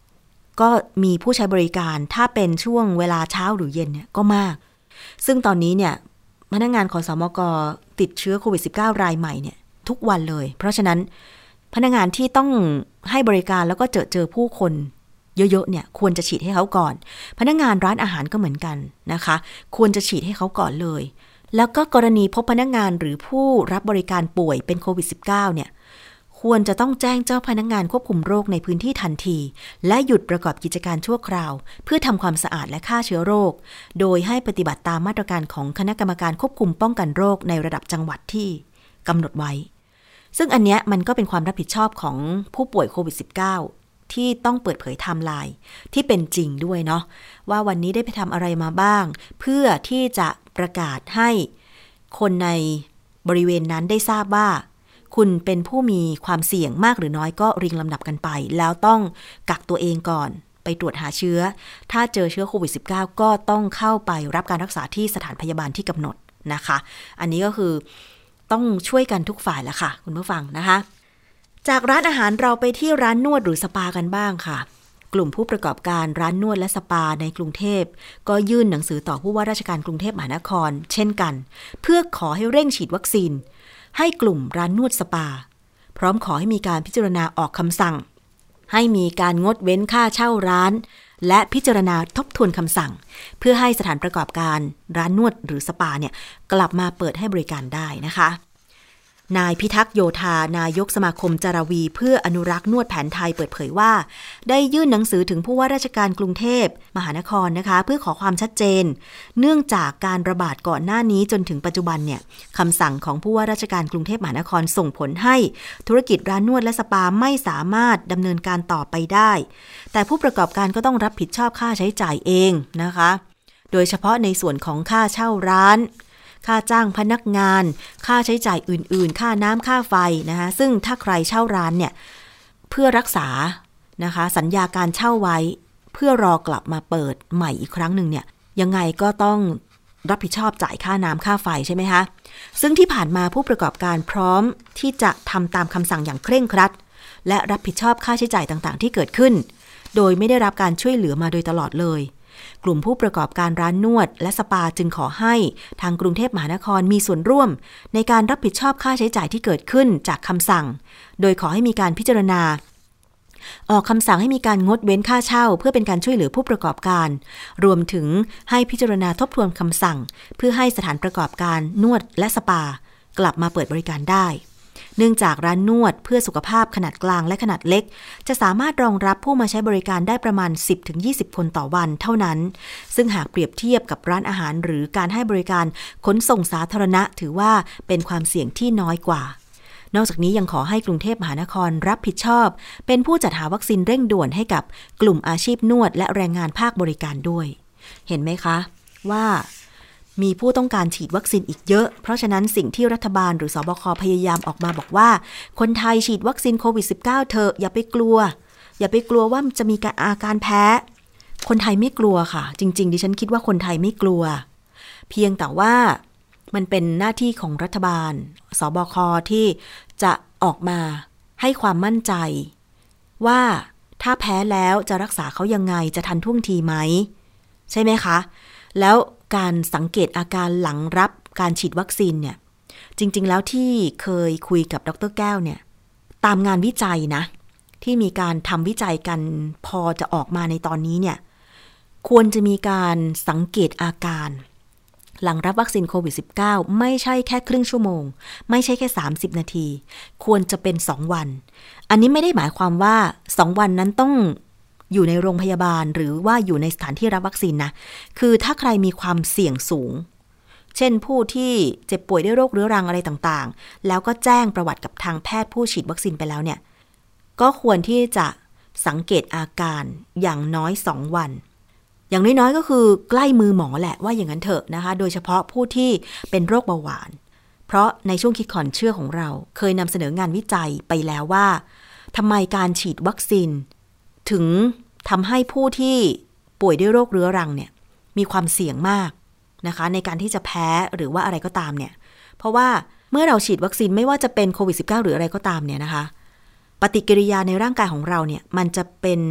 ก็มีผู้ใช้บริการถ้าเป็นช่วงเวลาเช้าหรือเย็นเนี่ยก็มากซึ่งตอนนี้เนี่ยพนักงานขสมกติดเชื้อโควิด สิบเก้า รายใหม่เนี่ยทุกวันเลยเพราะฉะนั้นพนักงานที่ต้องให้บริการแล้วก็เจอเจอผู้คนเยอะๆเนี่ยควรจะฉีดให้เขาก่อนพนักงานร้านอาหารก็เหมือนกันนะคะควรจะฉีดให้เขาก่อนเลยแล้วก็กรณีพบพนักงานหรือผู้รับบริการป่วยเป็นโควิด สิบเก้า เนี่ยควรจะต้องแจ้งเจ้าพนักงานควบคุมโรคในพื้นที่ทันทีและหยุดประกอบกิจการชั่วคราวเพื่อทำความสะอาดและฆ่าเชื้อโรคโดยให้ปฏิบัติตามมาตรการของคณะกรรมการควบคุมป้องกันโรคในระดับจังหวัดที่กำหนดไว้ซึ่งอันเนี้ยมันก็เป็นความรับผิดชอบของผู้ป่วยโควิด สิบเก้า ที่ต้องเปิดเผยไทม์ไลน์ที่เป็นจริงด้วยเนาะว่าวันนี้ได้ไปทำอะไรมาบ้างเพื่อที่จะประกาศให้คนในบริเวณนั้นได้ทราบว่าคุณเป็นผู้มีความเสี่ยงมากหรือน้อยก็เรียงลำดับกันไปแล้วต้องกักตัวเองก่อนไปตรวจหาเชื้อถ้าเจอเชื้อโควิด สิบเก้า ก็ต้องเข้าไปรับการรักษาที่สถานพยาบาลที่กำหนดนะคะอันนี้ก็คือต้องช่วยกันทุกฝ่ายแหละค่ะคุณผู้ฟังนะคะจากร้านอาหารเราไปที่ร้านนวดหรือสปากันบ้างค่ะกลุ่มผู้ประกอบการร้านนวดและสปาในกรุงเทพก็ยื่นหนังสือต่อผู้ว่าราชการกรุงเทพมหานครเช่นกันเพื่อขอให้เร่งฉีดวัคซีนให้กลุ่มร้านนวดสปาพร้อมขอให้มีการพิจารณาออกคำสั่งให้มีการงดเว้นค่าเช่าร้านและพิจารณาทบทวนคำสั่งเพื่อให้สถานประกอบการร้านนวดหรือสปาเนี่ยกลับมาเปิดให้บริการได้นะคะนายพิทักษ์โยธานายกสมาคมจารวีเพื่ออนุรักษ์นวดแผนไทยเปิดเผยว่าได้ยื่นหนังสือถึงผู้ว่าราชการกรุงเทพมหานครนะคะเพื่อขอความชัดเจนเนื่องจากการระบาดก่อนหน้านี้จนถึงปัจจุบันเนี่ยคำสั่งของผู้ว่าราชการกรุงเทพมหานครส่งผลให้ธุรกิจร้านนวดและสปาไม่สามารถดำเนินการต่อไปได้แต่ผู้ประกอบการก็ต้องรับผิดชอบค่าใช้จ่ายเองนะคะโดยเฉพาะในส่วนของค่าเช่าร้านค่าจ้างพนักงานค่าใช้จ่ายอื่นๆค่าน้ำค่าไฟนะคะซึ่งถ้าใครเช่าร้านเนี่ยเพื่อรักษานะคะสัญญาการเช่าไว้เพื่อรอกลับมาเปิดใหม่อีกครั้งหนึ่งเนี่ยยังไงก็ต้องรับผิดชอบจ่ายค่าน้ำค่าไฟใช่ไหมคะซึ่งที่ผ่านมาผู้ประกอบการพร้อมที่จะทำตามคำสั่งอย่างเคร่งครัดและรับผิดชอบค่าใช้จ่ายต่างๆที่เกิดขึ้นโดยไม่ได้รับการช่วยเหลือมาโดยตลอดเลยกลุ่มผู้ประกอบการร้านนวดและสปาจึงขอให้ทางกรุงเทพมหานครมีส่วนร่วมในการรับผิดชอบค่าใช้จ่ายที่เกิดขึ้นจากคำสั่งโดยขอให้มีการพิจารณาออกคำสั่งให้มีการงดเว้นค่าเช่าเพื่อเป็นการช่วยเหลือผู้ประกอบการรวมถึงให้พิจารณาทบทวนคำสั่งเพื่อให้สถานประกอบการนวดและสปากลับมาเปิดบริการได้เนื่องจากร้านนวดเพื่อสุขภาพขนาดกลางและขนาดเล็กจะสามารถรองรับผู้มาใช้บริการได้ประมาณ สิบถึงยี่สิบ คนต่อวันเท่านั้นซึ่งหากเปรียบเทียบกับร้านอาหารหรือการให้บริการขนส่งสาธารณะถือว่าเป็นความเสี่ยงที่น้อยกว่านอกจากนี้ยังขอให้กรุงเทพมหานครรับผิดชอบเป็นผู้จัดหาวัคซีนเร่งด่วนให้กับกลุ่มอาชีพนวดและแรงงานภาคบริการด้วยเห็นไหมคะว่ามีผู้ต้องการฉีดวัคซีนอีกเยอะเพราะฉะนั้นสิ่งที่รัฐบาลหรือสบคพยายามออกมาบอกว่าคนไทยฉีดวัคซีนโควิด สิบเก้า เถอะอย่าไปกลัวอย่าไปกลัวว่าจะมีอาการแพ้คนไทยไม่กลัวค่ะจริงๆดิฉันคิดว่าคนไทยไม่กลัวเพียงแต่ว่ามันเป็นหน้าที่ของรัฐบาลสบคที่จะออกมาให้ความมั่นใจว่าถ้าแพ้แล้วจะรักษาเขายังไงจะทันท่วงทีไหมใช่ไหมคะแล้วการสังเกตอาการหลังรับการฉีดวัคซีนเนี่ยจริงๆแล้วที่เคยคุยกับดร.แก้วเนี่ยตามงานวิจัยนะที่มีการทำวิจัยกันพอจะออกมาในตอนนี้เนี่ยควรจะมีการสังเกตอาการหลังรับวัคซีนโควิด สิบเก้า ไม่ใช่แค่ครึ่งชั่วโมงไม่ใช่แค่สามสิบนาทีควรจะเป็นสองวันอันนี้ไม่ได้หมายความว่าสองวันนั้นต้องอยู่ในโรงพยาบาลหรือว่าอยู่ในสถานที่รับวัคซีนนะคือถ้าใครมีความเสี่ยงสูงเช่นผู้ที่เจ็บป่วยด้วยโรคเรื้อรังอะไรต่างๆแล้วก็แจ้งประวัติกับทางแพทย์ผู้ฉีดวัคซีนไปแล้วเนี่ยก็ควรที่จะสังเกตอาการอย่างน้อยสองวันอย่างน้อยๆก็คือใกล้มือหมอแหละว่าอย่างนั้นเถอะนะคะโดยเฉพาะผู้ที่เป็นโรคเบาหวานเพราะในช่วงคิดก่อนเชื่อของเราเคยนำเสนองานวิจัยไปแล้วว่าทำไมการฉีดวัคซีนถึงทำให้ผู้ที่ป่วยด้วยโรคเรื้อรังเนี่ยมีความเสี่ยงมากนะคะในการที่จะแพ้หรือว่าอะไรก็ตามเนี่ยเพราะว่าเมื่อเราฉีดวัคซีนไม่ว่าจะเป็นโควิด สิบเก้า หรืออะไรก็ตามเนี่ยนะคะปฏิกิริยาในร่างกายของเราเนี่ยมันจะเป็น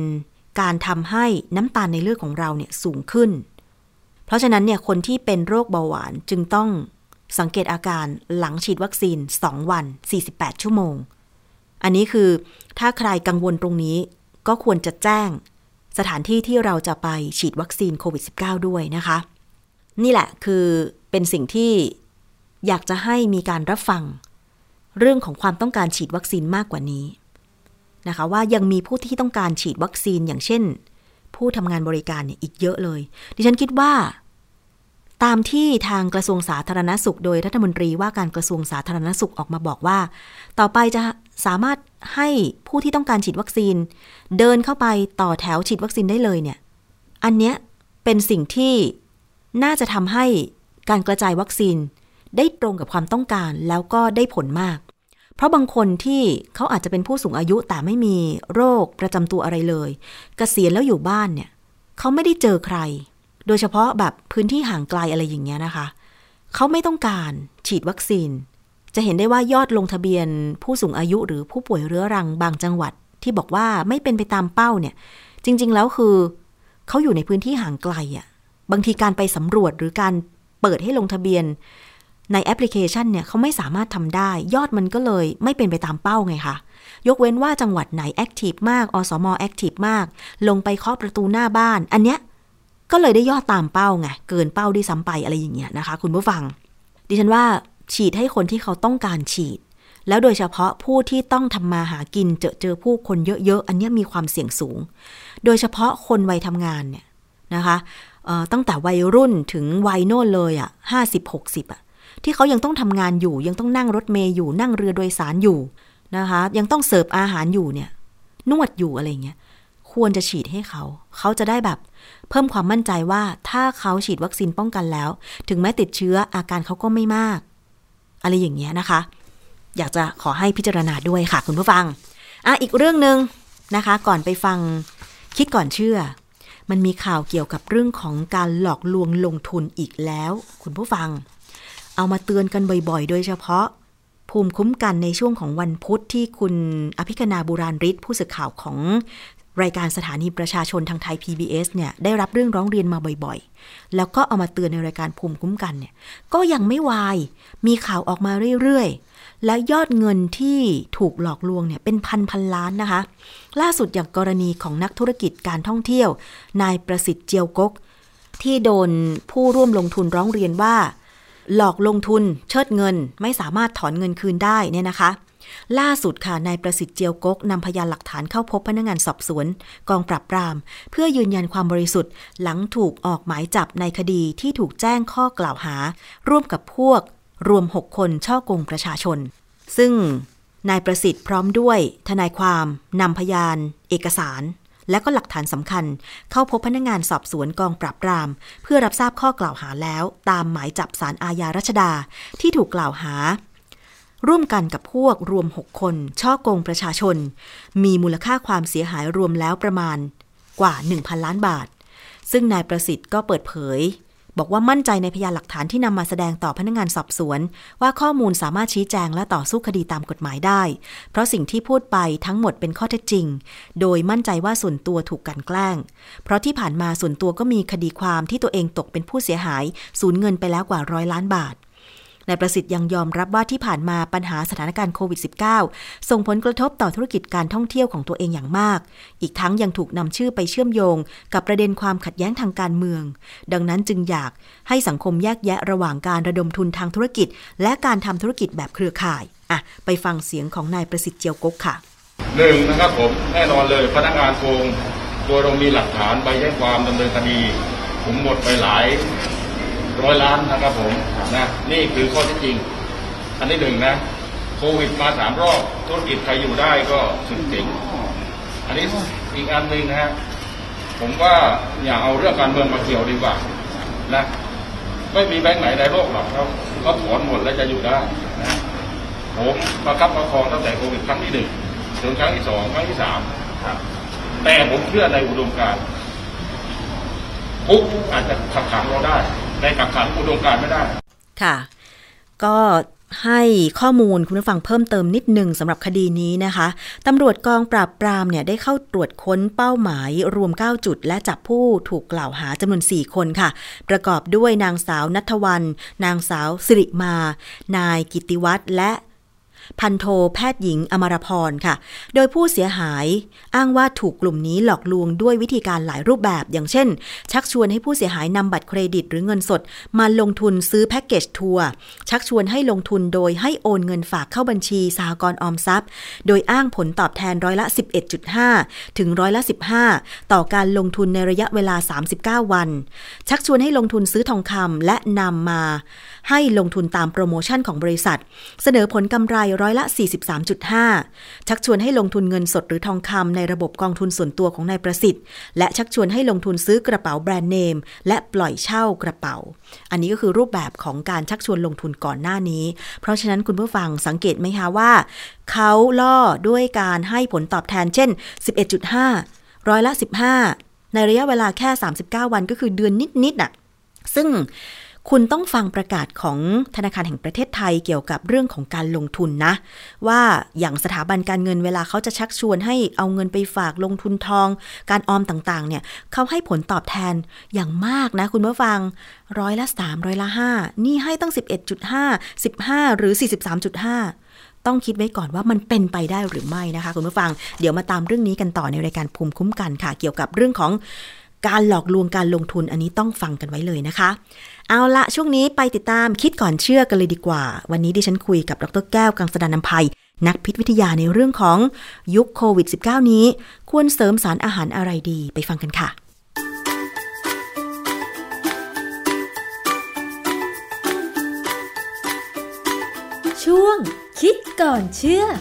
การทำให้น้ำตาลในเลือดของเราเนี่ยสูงขึ้นเพราะฉะนั้นเนี่ยคนที่เป็นโรคเบาหวานจึงต้องสังเกตอาการหลังฉีดวัคซีนสองวันสี่สิบแปดชั่วโมงอันนี้คือถ้าใครกังวลตรงนี้ก็ควรจะแจ้งสถานที่ที่เราจะไปฉีดวัคซีนโควิด สิบเก้า ด้วยนะคะนี่แหละคือเป็นสิ่งที่อยากจะให้มีการรับฟังเรื่องของความต้องการฉีดวัคซีนมากกว่านี้นะคะว่ายังมีผู้ที่ต้องการฉีดวัคซีนอย่างเช่นผู้ทำงานบริการเนี่ยอีกเยอะเลยดิฉันคิดว่าตามที่ทางกระทรวงสาธารณสุขโดยรัฐมนตรีว่าการกระทรวงสาธารณสุขออกมาบอกว่าต่อไปจะสามารถให้ผู้ที่ต้องการฉีดวัคซีนเดินเข้าไปต่อแถวฉีดวัคซีนได้เลยเนี่ยอันเนี้ยเป็นสิ่งที่น่าจะทำให้การกระจายวัคซีนได้ตรงกับความต้องการแล้วก็ได้ผลมากเพราะบางคนที่เขาอาจจะเป็นผู้สูงอายุแต่ไม่มีโรคประจำตัวอะไรเลยเกษียณแล้วอยู่บ้านเนี่ยเขาไม่ได้เจอใครโดยเฉพาะแบบพื้นที่ห่างไกลอะไรอย่างเงี้ยนะคะเขาไม่ต้องการฉีดวัคซีนจะเห็นได้ว่ายอดลงทะเบียนผู้สูงอายุหรือผู้ป่วยเรื้อรังบางจังหวัดที่บอกว่าไม่เป็นไปตามเป้าเนี่ยจริงๆแล้วคือเขาอยู่ในพื้นที่ห่างไกลอ่ะบางทีการไปสำรวจหรือการเปิดให้ลงทะเบียนในแอปพลิเคชันเนี่ยเขาไม่สามารถทำได้ยอดมันก็เลยไม่เป็นไปตามเป้าไงคะยกเว้นว่าจังหวัดไหนแอคทีฟมากอสมแอคทีฟมากลงไปเคาะประตูหน้าบ้านอันเนี้ยก็เลยได้ยอดตามเป้าไงเกินเป้าด้วยซ้ำไปอะไรอย่างเงี้ยนะคะคุณผู้ฟังดิฉันว่าฉีดให้คนที่เขาต้องการฉีดแล้วโดยเฉพาะผู้ที่ต้องทำมาหากินเจอเจอผู้คนเยอะๆอันนี้มีความเสี่ยงสูงโดยเฉพาะคนวัยทำงานเนี่ยนะคะตั้งแต่วัยรุ่นถึงวัยโน่นเลยอ่ะห้าสิบหกสิบอ่ะที่เขายังต้องทำงานอยู่ยังต้องนั่งรถเมล์อยู่นั่งเรือโดยสารอยู่นะคะยังต้องเสิร์ฟอาหารอยู่เนี่ยนวดอยู่อะไรเงี้ยควรจะฉีดให้เขาเขาจะได้แบบเพิ่มความมั่นใจว่าถ้าเขาฉีดวัคซีนป้องกันแล้วถึงแม้ติดเชื้ออาการเขาก็ไม่มากอะไรอย่างเงี้ยนะคะอยากจะขอให้พิจารณาด้วยค่ะคุณผู้ฟังอ่ะอีกเรื่องนึงนะคะก่อนไปฟังคิดก่อนเชื่อมันมีข่าวเกี่ยวกับเรื่องของการหลอกลวงลงทุนอีกแล้วคุณผู้ฟังเอามาเตือนกันบ่อยๆโดยเฉพาะภูมิคุ้มกันในช่วงของวันพุธที่คุณอภิคณาบุราริศผู้สื่อข่าวของรายการสถานีประชาชนทางไทย พี บี เอส เนี่ยได้รับเรื่องร้องเรียนมาบ่อยๆแล้วก็เอามาเตือนในรายการภูมิคุ้มกันเนี่ยก็ยังไม่วายมีข่าวออกมาเรื่อยๆและยอดเงินที่ถูกหลอกลวงเนี่ยเป็นพันพันล้านนะคะล่าสุดอย่างกรณีของนักธุรกิจการท่องเที่ยวนายประสิทธิ์เจียวกกที่โดนผู้ร่วมลงทุนร้องเรียนว่าหลอกลงทุนเชิดเงินไม่สามารถถอนเงินคืนได้เนี่ยนะคะล่าสุดค่ะนายประสิทธิ์เจียวกกนำพยานหลักฐานเข้าพบพนักงานสอบสวนกองปราบปรามเพื่อยืนยันความบริสุทธิ์หลังถูกออกหมายจับในคดีที่ถูกแจ้งข้อกล่าวหาร่วมกับพวกรวมหกคนฉ้อโกงประชาชนซึ่งนายประสิทธิ์พร้อมด้วยทนายความนำพยานเอกสารและก็หลักฐานสำคัญเข้าพบพนักงานสอบสวนกองปราบปรามเพื่อรับทราบข้อกล่าวหาแล้วตามหมายจับศาลอาญารัชดาที่ถูกกล่าวหาร่วมกันกับพวกรวมหกคนฉ้อโกงประชาชนมีมูลค่าความเสียหายรวมแล้วประมาณกว่า หนึ่งพัน ล้านบาทซึ่งนายประสิทธิ์ก็เปิดเผยบอกว่ามั่นใจในพยานหลักฐานที่นำมาแสดงต่อพนักงานสอบสวนว่าข้อมูลสามารถชี้แจงและต่อสู้คดีตามกฎหมายได้เพราะสิ่งที่พูดไปทั้งหมดเป็นข้อเท็จจริงโดยมั่นใจว่าส่วนตัวถูกกลั่นแกล้งเพราะที่ผ่านมาส่วนตัวก็มีคดีความที่ตัวเองตกเป็นผู้เสียหายสูญเงินไปแล้วกว่าร้อยล้านบาทนายประสิทธิ์ยังยอมรับว่าที่ผ่านมาปัญหาสถานการณ์โควิด สิบเก้า ส่งผลกระทบต่อธุรกิจการท่องเที่ยวของตัวเองอย่างมากอีกทั้งยังถูกนำชื่อไปเชื่อมโยงกับประเด็นความขัดแย้งทางการเมืองดังนั้นจึงอยากให้สังคมแยกแยะระหว่างการระดมทุนทางธุรกิจและการทำธุรกิจแบบเครือข่ายอ่ะไปฟังเสียงของนายประสิทธิ์เจียวกกค่ะหนึ่งนะครับผมแน่นอนเลยพนักงานโกงโดยเรามีหลักฐานใบแจ้งความดำเนินคดีผมหมดไปหลายร้อยล้านนะครับผมนะนี่คือข้อเท็จจริงอันที่หนึ่งนะโควิดมาสามรอบธุรกิจใครอยู่ได้ก็สุดเจ๋งอันนี้อีกอันหนึ่งนะฮะผมว่าอย่าเอาเรื่องการเมืองมาเกี่ยวดีกว่านะไม่มีแบงค์ไหนในโลกหรอกเขาเขาถอนหมดแล้วจะอยู่ได้นะผมประคับประคองตั้งแต่โควิดครั้งที่หนึ่งถึงครั้งที่สองครั้งที่สามครับแต่ผมเชื่อในอุดมการณ์คุกอาจจะขับขังเราได้ในกักขังอุดมการณ์ไม่ได้ค่ะก็ให้ข้อมูลคุณผู้ฟังเพิ่มเติมนิดนึงสำหรับคดีนี้นะคะตำรวจกองปราบปรามเนี่ยได้เข้าตรวจค้นเป้าหมายรวมเก้าจุดและจับผู้ถูกกล่าวหาจำนวนสี่คนค่ะประกอบด้วยนางสาวณัฐวรรณนางสาวสิริมานายกิตติวัฒน์และพันโทแพทย์หญิงอมรพรค่ะโดยผู้เสียหายอ้างว่าถูกกลุ่มนี้หลอกลวงด้วยวิธีการหลายรูปแบบอย่างเช่นชักชวนให้ผู้เสียหายนำบัตรเครดิตหรือเงินสดมาลงทุนซื้อแพ็กเกจทัวร์ชักชวนให้ลงทุนโดยให้โอนเงินฝากเข้าบัญชีสหกรณ์ออมทรัพย์โดยอ้างผลตอบแทนร้อยละ สิบเอ็ดจุดห้า ถึงร้อยละ สิบห้า ต่อการลงทุนในระยะเวลาสามสิบเก้าวันชักชวนให้ลงทุนซื้อทองคำและนำมาให้ลงทุนตามโปรโมชั่นของบริษัทเสนอผลกำไรร้อยละ สี่สิบสามจุดห้า ชักชวนให้ลงทุนเงินสดหรือทองคำในระบบกองทุนส่วนตัวของนายประสิทธิ์และชักชวนให้ลงทุนซื้อกระเป๋าแบรนด์เนมและปล่อยเช่ากระเป๋าอันนี้ก็คือรูปแบบของการชักชวนลงทุนก่อนหน้านี้เพราะฉะนั้นคุณผู้ฟังสังเกตไหมคะว่าเขาล่อด้วยการให้ผลตอบแทนเช่น สิบเอ็ดจุดห้า ร้อยละ สิบห้า ในระยะเวลาแค่สามสิบเก้าวันก็คือเดือนนิดๆน่ะซึ่งคุณต้องฟังประกาศของธนาคารแห่งประเทศไทยเกี่ยวกับเรื่องของการลงทุนนะว่าอย่างสถาบันการเงินเวลาเขาจะชักชวนให้เอาเงินไปฝากลงทุนทองการออมต่างๆเนี่ยเขาให้ผลตอบแทนอย่างมากนะคุณผู้ฟังร้อยละสามร้อยละห้านี่ให้ตั้ง สิบเอ็ดจุดห้า สิบห้าหรือ สี่สิบสามจุดห้าต้องคิดไว้ก่อนว่ามันเป็นไปได้หรือไม่นะคะคุณผู้ฟังเดี๋ยวมาตามเรื่องนี้กันต่อในรายการภูมิคุ้มกันค่ะเกี่ยวกับเรื่องของการหลอกลวงการลงทุนอันนี้ต้องฟังกันไว้เลยนะคะเอาละช่วงนี้ไปติดตามคิดก่อนเชื่อกันเลยดีกว่าวันนี้ดิฉันคุยกับดร.แก้วกังสดาลอำไพนักพิษวิทยาในเรื่องของยุคโควิด สิบเก้า นี้ควรเสริมสารอาหารอะไรดีไปฟังกันค่ะช่วงคิดก่อนเชื่อ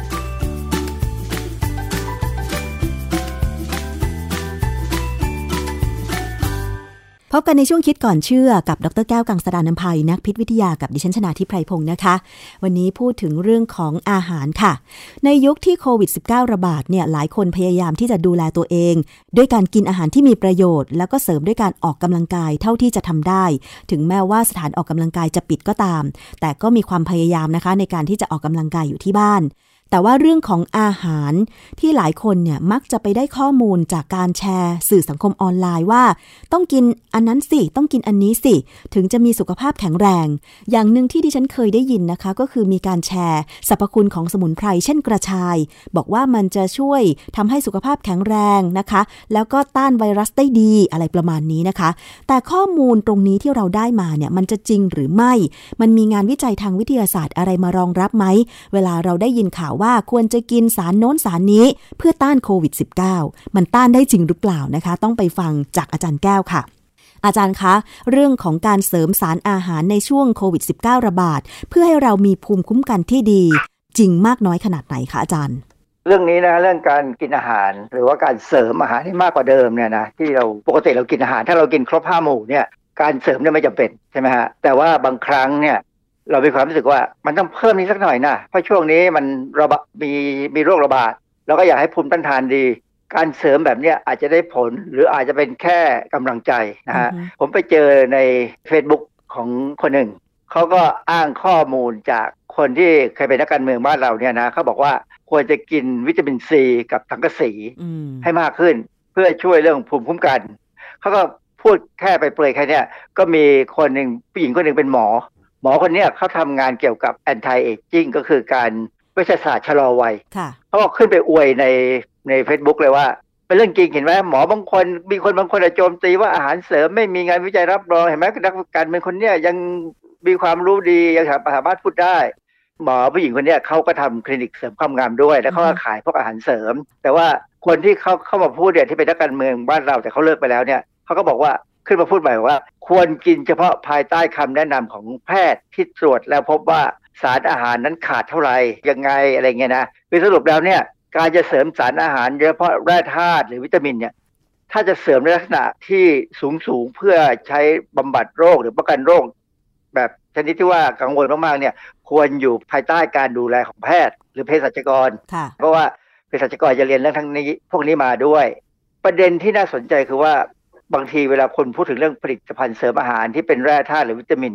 พบกันในช่วงคิดก่อนเชื่อกับดร.แก้วกังสดาลอำไพนักพิษวิทยากับดิฉันชนาธิไพพงศ์นะคะวันนี้พูดถึงเรื่องของอาหารค่ะในยุคที่โควิด สิบเก้า ระบาดเนี่ยหลายคนพยายามที่จะดูแลตัวเองด้วยการกินอาหารที่มีประโยชน์แล้วก็เสริมด้วยการออกกำลังกายเท่าที่จะทำได้ถึงแม้ว่าสถานออกกำลังกายจะปิดก็ตามแต่ก็มีความพยายามนะคะในการที่จะออกกำลังกายอยู่ที่บ้านแต่ว่าเรื่องของอาหารที่หลายคนเนี่ยมักจะไปได้ข้อมูลจากการแชร์สื่อสังคมออนไลน์ว่าต้องกินอันนั้นสิต้องกินอันนี้สิถึงจะมีสุขภาพแข็งแรงอย่างนึงที่ดิฉันเคยได้ยินนะคะก็คือมีการแชร์สรรพคุณของสมุนไพรเช่นกระชายบอกว่ามันจะช่วยทำให้สุขภาพแข็งแรงนะคะแล้วก็ต้านไวรัสได้ดีอะไรประมาณนี้นะคะแต่ข้อมูลตรงนี้ที่เราได้มาเนี่ยมันจะจริงหรือไม่มันมีงานวิจัยทางวิทยาศาสตร์อะไรมารองรับไหมเวลาเราได้ยินข่าวว่าควรจะกินสารโน้นสารนี้เพื่อต้านโควิด สิบเก้า มันต้านได้จริงหรือเปล่านะคะต้องไปฟังจากอาจารย์แก้วค่ะอาจารย์คะเรื่องของการเสริมสารอาหารในช่วงโควิด สิบเก้า ระบาดเพื่อให้เรามีภูมิคุ้มกันที่ดีจริงมากน้อยขนาดไหนคะอาจารย์เรื่องนี้นะเรื่องการกินอาหารหรือว่าการเสริมอาหารให้มากกว่าเดิมเนี่ยนะที่เราปกติเรากินอาหารถ้าเรากินครบห้าหมู่เนี่ยการเสริมเนี่ยไม่จำเป็นใช่ไหมฮะแต่ว่าบางครั้งเนี่ยเรามีความรู้สึกว่ามันต้องเพิ่มนี้สักหน่อยนะเพราะช่วงนี้มันระบาดมีมีโรคระบาดเราก็อยากให้ภูมิต้านทานดีการเสริมแบบนี้อาจจะได้ผลหรืออาจจะเป็นแค่กำลังใจนะฮะ uh-huh. ผมไปเจอใน Facebook ของคนหนึ่งเขาก็อ้างข้อมูลจากคนที่เคยเป็นนักการเมืองบ้านเราเนี่ยนะเขาบอกว่าควรจะกินวิตามินซีกับสังกะสี uh-huh. ให้มากขึ้นเพื่อช่วยเรื่องภูมิคุ้มกันเขาก็พูดแค่ไปเปรยแค่นี้ก็มีคนหนึ่งผู้หญิงคนหนึ่งเป็นหมอหมอคนนี้เขาทำงานเกี่ยวกับ anti aging ก็คือการเวชศาสตร์ชะลอวัยเขาก็ขึ้นไปอวยในใน Facebook เลยว่าเป็นเรื่องจริงเห็นไหมหมอบางคนมีคนบางคนโจมตีว่าอาหารเสริมไม่มีงานวิจัยรับรองเห็นไหมนักการเมืองคนนี้ยังมีความรู้ดียังสามารถพูดได้หมอผู้หญิงคนนี้เขาก็ทำคลินิกเสริมความงามด้วยแล้วเขาก็ขายพวกอาหารเสริมแต่ว่าคนที่เขาเข้ามาพูดเนี่ยที่เป็นนักการเมืองบ้านเราแต่เขาเลิกไปแล้วเนี่ยเขาก็บอกว่าขึ้นมาพูดใหม่ว่าควรกินเฉพาะภายใต้คำแนะนำของแพทย์ที่ตรวจแล้วพบว่าสารอาหารนั้นขาดเท่าไหร่ยังไงอะไรเงี้ยนะคือสรุปแล้วเนี่ยการจะเสริมสารอาหารเฉพาะแร่ธาตุหรือวิตามินเนี่ยถ้าจะเสริมในลักษณะที่สูงๆเพื่อใช้บำบัดโรคหรือป้องกันโรคแบบชนิดที่ว่ากังวลมากๆเนี่ยควรอยู่ภายใต้การดูแลของแพทย์หรือเภสัชกรเพราะว่าเภสัชกรจะเรียนเรื่องทั้งนี้พวกนี้มาด้วยประเด็นที่น่าสนใจคือว่าบางทีเวลาคนพูดถึงเรื่องผลิตภัณฑ์เสริมอาหารที่เป็นแร่ธาตุหรือวิตามินเนี่ย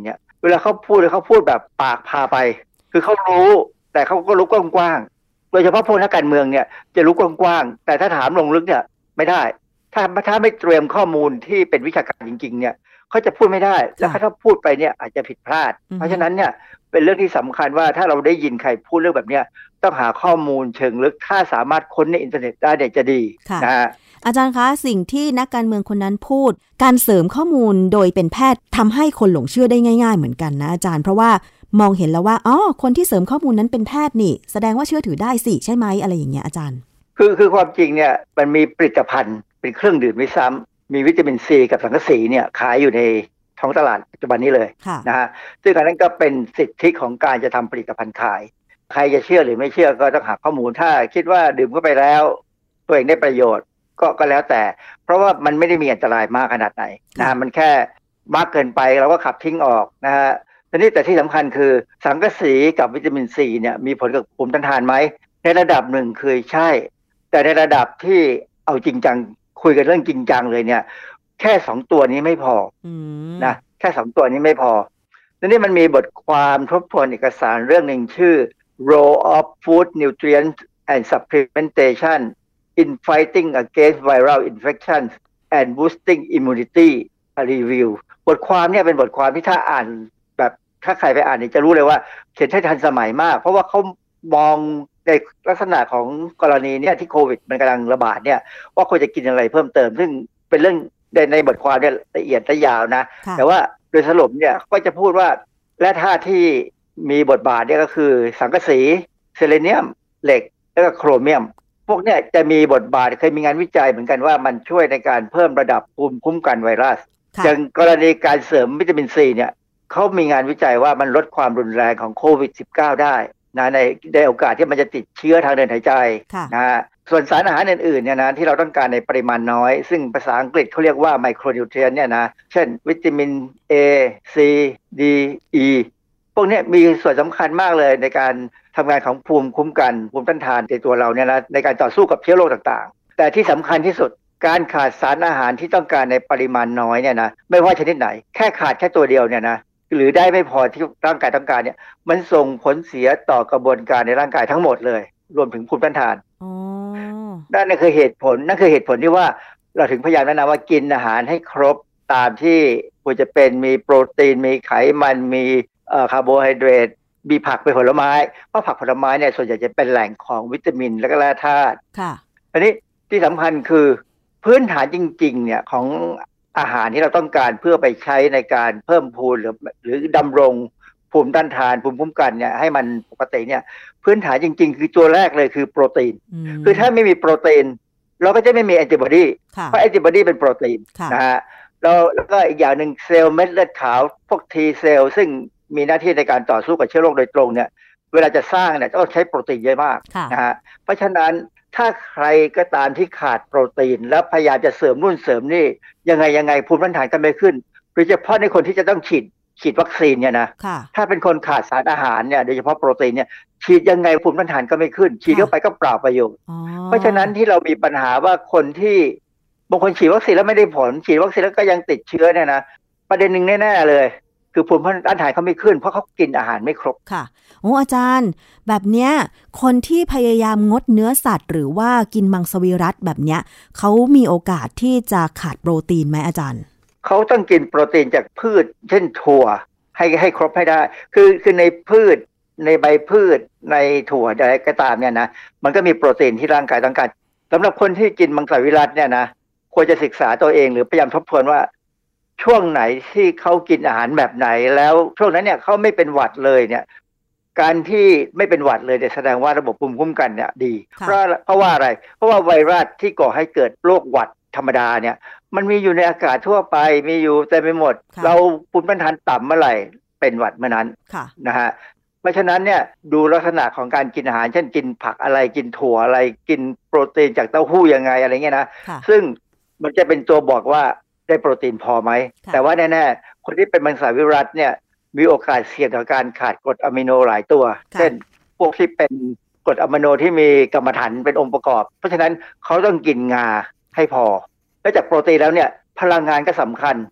เวลาเขาพูดเขาพูดแบบปากพาไปคือเขารู้แต่เขาก็รู้กว้างๆโดยเฉพาะพวกนักการเมืองเนี่ยจะรู้กว้างๆแต่ถ้าถามลงลึกเนี่ยไม่ได้ถ้าถ้าไม่เตรียมข้อมูลที่เป็นวิชาการจริงๆเนี่ยเขาจะพูดไม่ได้แล้วถ้าพูดไปเนี่ยอาจจะผิดพลาดเพราะฉะนั้นเนี่ยเป็นเรื่องที่สำคัญว่าถ้าเราได้ยินใครพูดเรื่องแบบเนี้ยต้องหาข้อมูลเชิงลึกถ้าสามารถค้นในอินเทอร์เน็ตได้เนี่ยจะดีนะฮะอาจารย์คะสิ่งที่นักการเมืองคนนั้นพูดการเสริมข้อมูลโดยเป็นแพทย์ทำให้คนหลงเชื่อได้ง่ายๆเหมือนกันนะอาจารย์เพราะว่ามองเห็นแล้วว่าอ๋อคนที่เสริมข้อมูลนั้นเป็นแพทย์นี่แสดงว่าเชื่อถือได้สิใช่ไหมอะไรอย่างเงี้ยอาจารย์คือคือความจริงเนี่ยมันมีผลิตภัณฑ์เป็นเครื่องดื่มไม่ซ้ำมีวิตามินซีกับสังกะสีเนี่ยขายอยู่ในท้องตลาดปัจจุบันนี้เลยนะฮะซึ่งอันนั้นก็เป็นสิทธิของการจะทำผลิตภัณฑ์ขายใครจะเชื่อหรือไม่เชื่อก็ต้องหาข้อมูลถ้าคิดว่าดื่มเข้าไปแล้วตัวเองได้ประโยชน์ก็ก็แล้วแต่เพราะว่ามันไม่ได้มีอันตรายมากขนาดไหนนะมันแค่มากเกินไปเราก็ขับทิ้งออกนะฮะทีนี้แต่ที่สำคัญคือสังกะสีกับวิตามินซีเนี่ยมีผลกับภูมิต้านทานไหมในระดับหนึ่งคือใช่แต่ในระดับที่เอาจริงจังคุยกันเรื่องจริงจังเลยเนี่ยแค่สองตัวนี้ไม่พอนะแค่สองตัวนี้ไม่พอทีนี้มันมีบทความทบทวนเอกสารเรื่องหนึ่งชื่อ Role of Food Nutrients and Supplementation in Fighting Against Viral Infections and Boosting Immunity Review บทความเนี่ยเป็นบทความที่ถ้าอ่านแบบถ้าใครไปอ่านเนี่ยจะรู้เลยว่าเขียนให้ทันสมัยมากเพราะว่าเขามองในลักษณะของกรณีเนี่ยที่โควิดมันกำลังระบาดเนี่ยว่าควรจะกินอะไรเพิ่มเติมซึ่งเป็นเรื่องในในบทความเนี่ยละเอียดและยาวนะแต่ว่าโดยสรุปเนี่ยก็จะพูดว่าและธาตุที่มีบทบาทเนี่ยก็คือสังกะสีเซเลเนียมเหล็กแล้วก็โครเมียมพวกเนี่ยจะมีบทบาทเคยมีงานวิจัยเหมือนกันว่ามันช่วยในการเพิ่มระดับภูมิคุ้มกันไวรัสอย่างกรณีการเสริมวิตามินซีเนี่ยเขามีงานวิจัยว่ามันลดความรุนแรงของโควิด สิบเก้า ได้นะในในโอกาสที่มันจะติดเชื้อทางเดินหายใจนะฮะส่วนสารอาหารอื่นๆเนี่ยนะที่เราต้องการในปริมาณน้อยซึ่งภาษาอังกฤษเขาเรียกว่าไมโครนิวเทรียนต์เนี่ยนะเช่นวิตามิน A C D E พวกนี้มีส่วนสำคัญมากเลยในการทำงานของภูมิคุ้มกันภูมิต้านทานในตัวเราเนี่ยนะในการต่อสู้กับเชื้อโรคต่างๆแต่ที่สำคัญที่สุดการขาดสารอาหารที่ต้องการในปริมาณน้อยเนี่ยนะไม่ว่าชนิดไหนแค่ขาดแค่ตัวเดียวเนี่ยนะหรือได้ไม่พอที่ร่างกายต้องการเนี่ยมันส่งผลเสียต่อกระบวนการในร่างกายทั้งหมดเลยรวมถึงภูมิต้านทานอ๋อนั่นคือเหตุผลนั่นคือเหตุผลที่ว่าเราถึงพยายามแนะนำว่ากินอาหารให้ครบตามที่ควรจะเป็นมีโปรตีนมีไขมันมีเอ่อคาร์โบไฮเดรตมีผักเป็นผลไม้เพราะผักผลไม้เนี่ยส่วนใหญ่จะเป็นแหล่งของวิตามินและก็แร่ธาตุค่ะอันนี้ที่สำคัญคือพื้นฐานจริงๆเนี่ยของอาหารที่เราต้องการเพื่อไปใช้ในการเพิ่มพูนหรือหรือดำรงภูมิต้านทานภูมิคุ้มกันเนี่ยให้มันปกติเนี่ยพื้นฐานจริงๆคือตัวแรกเลยคือโปรตีนคือถ้าไม่มีโปรตีนเราก็จะไม่มีแอนติบอดีเพราะแอนติบอดีเป็นโปรตีนนะฮะแล้วแล้วก็อีกอย่างหนึ่งเซลล์เม็ดเลือดขาวพวก T เซลล์ซึ่งมีหน้าที่ในการต่อสู้กับเชื้อโรคโดยตรงเนี่ยเวลาจะสร้างเนี่ยต้องใช้โปรตีนเยอะมากนะฮะเพราะฉะนั้นถ้าใครก็ตามที่ขาดโปรตีนแล้วพยายามจะเสริมนู่นเสริมนี่ยังไงยังไงภูมิต้านทานก็ไม่ขึ้นโดยเฉพาะในคนที่จะต้องฉีดฉีดวัคซีนเนี่ยนะถ้าเป็นคนขาดสารอาหารเนี่ยโดยเฉพาะโปรตีนเนี่ยฉีดยังไงภูมิต้านทานก็ไม่ขึ้นฉีดเข้าไปก็เปล่าประโยชน์เพราะฉะนั้นที่เรามีปัญหาว่าคนที่บางคนฉีดวัคซีนแล้วไม่ได้ผลฉีดวัคซีนแล้วก็ยังติดเชื้อเนี่ยนะประเด็นหนึ่งแน่ๆเลยคือภูมิต้านทานเขาไม่ขึ้นเพราะเขากินอาหารไม่ครบค่ะโอ้อาจารย์แบบเนี้ยคนที่พยายามงดเนื้อสัตว์หรือว่ากินมังสวิรัติแบบเนี้ยเขามีโอกาสที่จะขาดโปรตีนไหมอาจารย์เขาต้องกินโปรตีนจากพืชเช่นถั่วให้ให้ครบให้ได้คือคือในพืชในใบพืชในถั่วอะไรก็ตามเนี่ยนะมันก็มีโปรตีนที่ร่างกายต้องการสำหรับคนที่กินมังสวิรัติเนี่ยนะควรจะศึกษาตัวเองหรือพยายามทบทวนว่าช่วงไหนที่เขากินอาหารแบบไหนแล้วช่วงนั้นเนี่ยเขาไม่เป็นหวัดเลยเนี่ยการที่ไม่เป็นหวัดเลยเนี่ยแสดงว่าระบบภูมิคุ้มกันเนี่ยดีเพราะเพราะว่าอะไรเพราะว่าไวรัสที่ก่อให้เกิดโรคหวัดธรรมดาเนี่ยมันมีอยู่ในอากาศทั่วไปมีอยู่แต่ไม่หมดเราภูมิต้านทานต่ำเมื่อไหร่เป็นหวัดเมื่อนั้นนะฮะเพราะฉะนั้นเนี่ยดูลักษณะของการกินอาหารเช่นกินผักอะไรกินถั่วอะไรกินโปรตีนจากเต้าหู้ยังไงอะไรเงี้ยนะซึ่งมันจะเป็นตัวบอกว่าได้โปรตีนพอไหมแต่ว่าแน่ๆคนที่เป็นมังสวิรัติเนี่ยมีโอกาสเสี่ยงต่อการขาดกรดอะมิโนหลายตัวเช่นพวกที่เป็นกรดอะมิโนที่มีกรรมฐานเป็นองค์ประกอบเพราะฉะนั้นเขาต้องกินงาให้พอแล้วจากโปรตีนแล้วเนี่ยพลังงานก็สำคัญ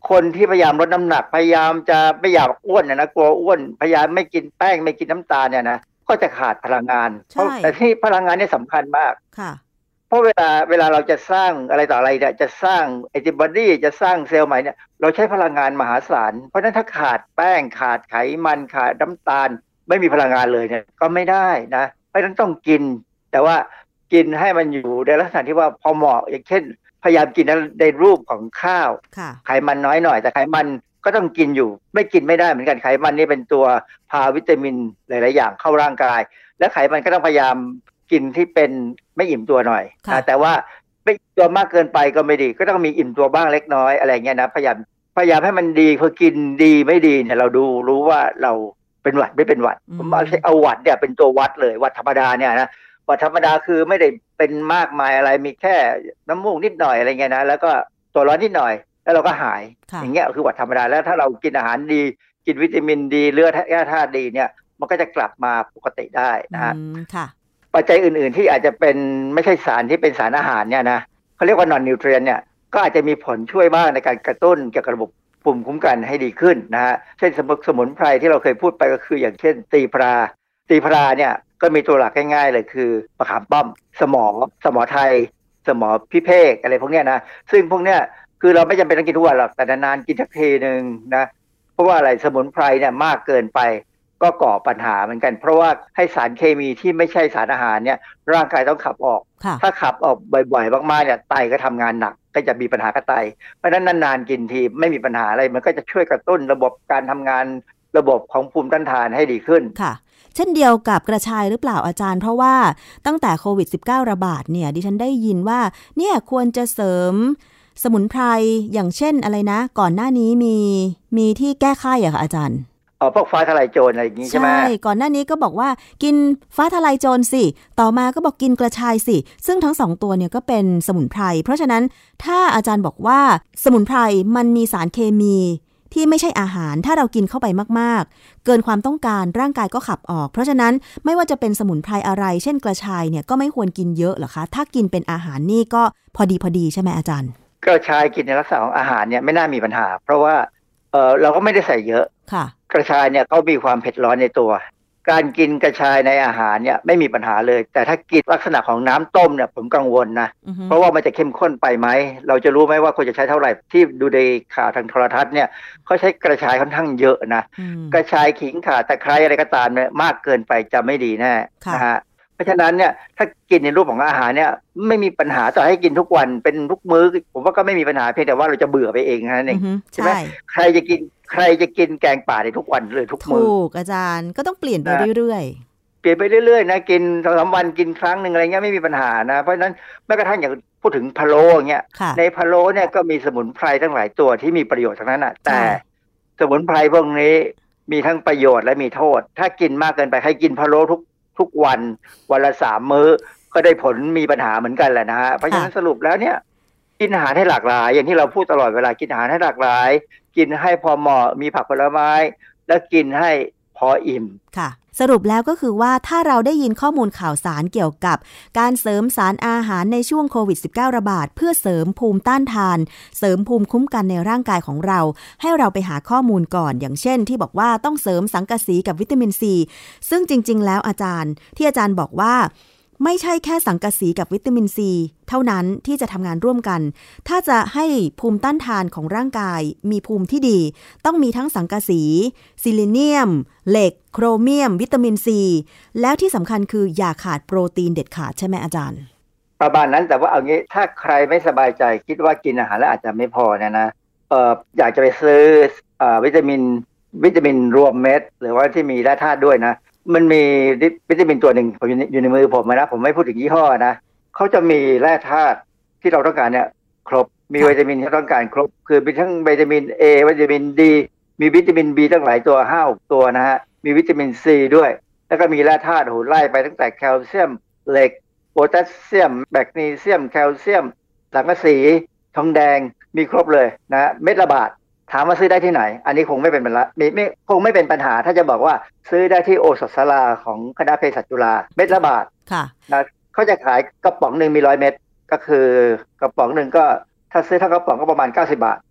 คนที่พยายามลดน้ำหนักพยายามจะไม่อยากอ้วนนะนะกลัวอ้วนพยายามไม่กินแป้งไม่กินน้ำตาลเนี่ยนะก็จะขาดพลังงานเพราะแต่ที่พลังงานนี่สำคัญมากค่ะเพราะเวลาเวลาเราจะสร้างอะไรต่ออะไรเนี่ยจะสร้างแอนติบอดีจะสร้างเซลล์ใหม่เนี่ยเราใช้พลังงานมหาศาลเพราะฉะนั้นถ้าขาดแป้งขาดไขมันขาดน้ำตาลไม่มีพลังงานเลยเนี่ยก็ไม่ได้นะเพราะฉะนั้นต้องกินแต่ว่ากินให้มันอยู่ในลักษณะที่ว่าพอเหมาะอย่างเช่นพยายามกินในรูปของข้าวไขมันน้อยหน่อยแต่ไขมันก็ต้องกินอยู่ไม่กินไม่ได้เหมือนกันไขมันนี่เป็นตัวพาวิตามินหลายๆอย่างเข้าร่างกายและไขมันก็ต้องพยายามกินที่เป็นไม่อิ่มตัวหน่อยนะแต่ว่าไม่ตัวมากเกินไปก็ไม่ดีก็ต้องมีอิ่มตัวบ้างเล็กน้อยอะไรเงี้ยนะพยายามพยายามให้มันดีพอกินดีไม่ดีเนี่ยเราดูรู้ว่าเราเป็นหวัดไม่เป็นหวัดผมเอาเอาหวัดเนี่ยเป็นตัววัดเลยหวัดธรรมดาเนี่ยนะหวัดธรรมดาคือไม่ได้เป็นมากมายอะไรมีแค่น้ำมูกนิดหน่อยอะไรเงี้ยนะแล้วก็ตัวร้อนนิดหน่อยแล้วเราก็หายอย่างเงี้ยคือหวัดธรรมดาแล้วถ้าเรากินอาหารดีกินวิตามินดีเลือดแร่ธาตุดีเนี่ยมันก็จะกลับมาปกติได้นะฮะปัจจัยอื่นๆที่อาจจะเป็นไม่ใช่สารที่เป็นสารอาหารเนี่ยนะเขาเรียกว่านอนนิวเทรียนเนี่ยก็อาจจะมีผลช่วยบ้างในการกระตุ้นเกี่ยวกับระบบภูมิคุ้มกันให้ดีขึ้นนะฮะเช่นสมุนไพรที่เราเคยพูดไปก็คืออย่างเช่นตีพราตีพราเนี่ยก็มีตัวหลักง่ายๆเลยคือมะขามป้อมสมอสมอไทยสมอพิเภกอะไรพวกเนี้ยนะซึ่งพวกเนี้ยคือเราไม่จำเป็นต้องกินทุกวันหรอกแต่นานๆกินสักทีนึงนะเพราะว่าอะไรสมุนไพรเนี่ยมากเกินไปก็ก่อปัญหาเหมือนกันเพราะว่าให้สารเคมีที่ไม่ใช่สารอาหารเนี่ยร่างกายต้องขับออกถ้าขับออกบ่อยๆมากๆเนี่ยไตก็ทำงานหนักก็จะมีปัญหากับไตเพราะฉะนั้นนานๆกินทีไม่มีปัญหาอะไรมันก็จะช่วยกระตุ้นระบบการทำงานระบบของภูมิต้านทานให้ดีขึ้นค่ะเช่นเดียวกับกระชายหรือเปล่าอาจารย์เพราะว่าตั้งแต่โควิด สิบเก้า ระบาดเนี่ยดิฉันได้ยินว่าเนี่ยควรจะเสริมสมุนไพรอย่างเช่นอะไรนะก่อนหน้านี้มีมีที่แก้ไข้อะค่ะอาจารย์อ๋อพวกฟ้าทลายโจรอะไรอย่างงี้ใช่ไหมใช่ก่อนหน้านี้ก็บอกว่ากินฟ้าทลายโจรสิต่อมาก็บอกกินกระชายสิซึ่งทั้งสองตัวเนี่ยก็เป็นสมุนไพรเพราะฉะนั้นถ้าอาจารย์บอกว่าสมุนไพรมันมีสารเคมีที่ไม่ใช่อาหารถ้าเรากินเข้าไปมากๆเกินความต้องการร่างกายก็ขับออกเพราะฉะนั้นไม่ว่าจะเป็นสมุนไพรอะไรเช่นกระชายเนี่ยก็ไม่ควรกินเยอะหรอคะถ้ากินเป็นอาหารนี่ก็พอดีพอดีใช่ไหมอาจารย์กระชายกินในลักษณะของอาหารเนี่ยไม่น่ามีปัญหาเพราะว่าเออเราก็ไม่ได้ใส่เยอะค่ะกระชายเนี่ยเขามีความเผ็ดร้อนในตัวการกินกระชายในอาหารเนี่ยไม่มีปัญหาเลยแต่ถ้ากินลักษณะของน้ำต้มเนี่ยผมกังวลนะ uh-huh. เพราะว่ามันจะเข้มข้นไปไหมเราจะรู้ไหมว่าควรจะใช้เท่าไหร่ที่ดูในข่าวทางโทรทัศน์เนี่ยเขาใช้กระชายค่อนข้างเยอะนะ uh-huh. กระชายขิงข่าตะไคร้อะไรก็ตามเนี่ยมากเกินไปจะไม่ดีแน่ uh-huh. นะฮะเพราะฉะนั้นเนี่ยถ้ากินในรูปของอาหารเนี่ยไม่มีปัญหาต่อให้กินทุกวันเป็นทุกมื้อผมว่าก็ไม่มีปัญหาเพียงแต่ว่าเราจะเบื่อไปเองนั่นเอง uh-huh. ใช่ไหมใครจะกินใครจะกินแกงป่าในทุกวันเลยทุกมื้อถูกอาจารย์ก็ต้องเปลี่ยนไปเรื่อยๆเปลี่ยนไปเรื่อยๆนะกินสองสามวันกินครั้งหนึ่งอะไรเงี้ยไม่มีปัญหานะเพราะฉะนั้นแม้กระทั่งอย่างพูดถึงพะโล้เงี้ยในพะโล้เนี่ยก็มีสมุนไพรทั้งหลายตัวที่มีประโยชน์ทั้งนั้นนะแต่สมุนไพรพวกนี้มีทั้งประโยชน์และมีโทษถ้ากินมากเกินไปให้กินพะโล้ทุกทุกวันวันละสามมื้อก็ได้ผลมีปัญหาเหมือนกันแหละนะฮะเพราะฉะนั้นสรุปแล้วเนี่ยกินอาหารให้หลากหลายอย่างที่เราพูดตลอดเวลากินอาหารให้หลากหลายกินให้พอเหมาะมีผักผลไม้และกินให้พออิ่มค่ะสรุปแล้วก็คือว่าถ้าเราได้ยินข้อมูลข่าวสารเกี่ยวกับการเสริมสารอาหารในช่วงโควิด สิบเก้า ระบาดเพื่อเสริมภูมิต้านทานเสริมภูมิคุ้มกันในร่างกายของเราให้เราไปหาข้อมูลก่อนอย่างเช่นที่บอกว่าต้องเสริมสังกะสีกับวิตามินซีซึ่งจริงๆแล้วอาจารย์ที่อาจารย์บอกว่าไม่ใช่แค่สังกะสีกับวิตามินซีเท่านั้นที่จะทำงานร่วมกันถ้าจะให้ภูมิต้านทานของร่างกายมีภูมิที่ดีต้องมีทั้งสังกะสีซิลิเนียมเหล็กโครเมียมวิตามินซีแล้วที่สำคัญคืออย่าขาดโปรตีนเด็ดขาดใช่ไหมอาจารย์ประมาณนั้นแต่ว่าเอางี้ถ้าใครไม่สบายใจคิดว่ากินอาหารแล้วอาจจะไม่พอเนี่ยนะเอ่ออยากจะไปซื้อเอ่อวิตามินวิตามินรวมเม็ดหรือว่าที่มีแร่ธาตุด้วยนะมันมีวิตามินตัวหนึ่งผมอยู่ในมือผมนะผมไม่พูดถึงยี่ห้อนะเขาจะมีแร่ธาตุที่เราต้องการเนี่ยครบมีวิตามินที่ต้องการครบคือมีทั้งวิตามิน A วิตามิน D มีวิตามิน B ตั้งหลายตัว ห้าหก ตัวนะฮะมีวิตามิน C ด้วยแล้วก็มีแร่ธาตุโหไล่ไปตั้งแต่แคลเซียมเหล็กโพแทสเซียมแมกนีเซียมแคลเซียมสังกะสีทองแดงมีครบเลยนะเม็ดละบาทถามว่าซื้อได้ที่ไหนอันนี้คงไม่เป็นปัญหาไม่ไม่คงไม่เป็นปัญหาถ้าจะบอกว่าซื้อได้ที่โอสถสลาของคณะเภสัชจุฬาเม็ดละบาทค่ะนะเขาจะขายกระป๋องหนึ่งมีร้อยเม็ดก็คือกระป๋องหนึ่งก็ถ้าซื้อทั้งกระป๋องก็ประมาณเก้าสิบบาทค่ะ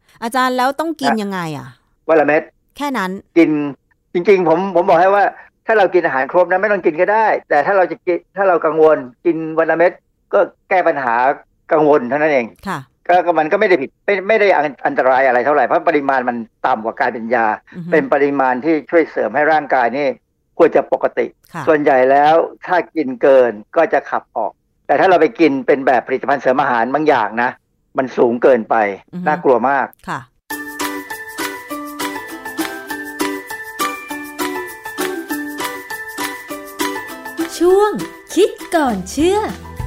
อาจารย์แล้วต้องกินยังไงอ่ะวันละเม็ดแค่นั้นกินจริงๆผมผมบอกให้ว่าถ้าเรากินอาหารครบนะไม่ต้องกินก็ได้แต่ถ้าเราจะกินถ้าเรากังวลกินวันละเม็ดก็แก้ปัญหากังวลเท่านั้นเองค่ะก็มันก็ไม่ได้ผิดไม่ไม่ได้อันตรายอะไรเท่าไหร่เพราะปริมาณมันต่ำกว่าการเป็นยาเป็นปริมาณที่ช่วยเสริมให้ร่างกายนี่ควรจะปกติส่วนใหญ่แล้วถ้ากินเกินก็จะขับออกแต่ถ้าเราไปกินเป็นแบบผลิตภัณฑ์เสริมอาหารบางอย่างนะมันสูงเกินไปน่ากลัวมากค่ะช่วงคิดก่อนเชื่อ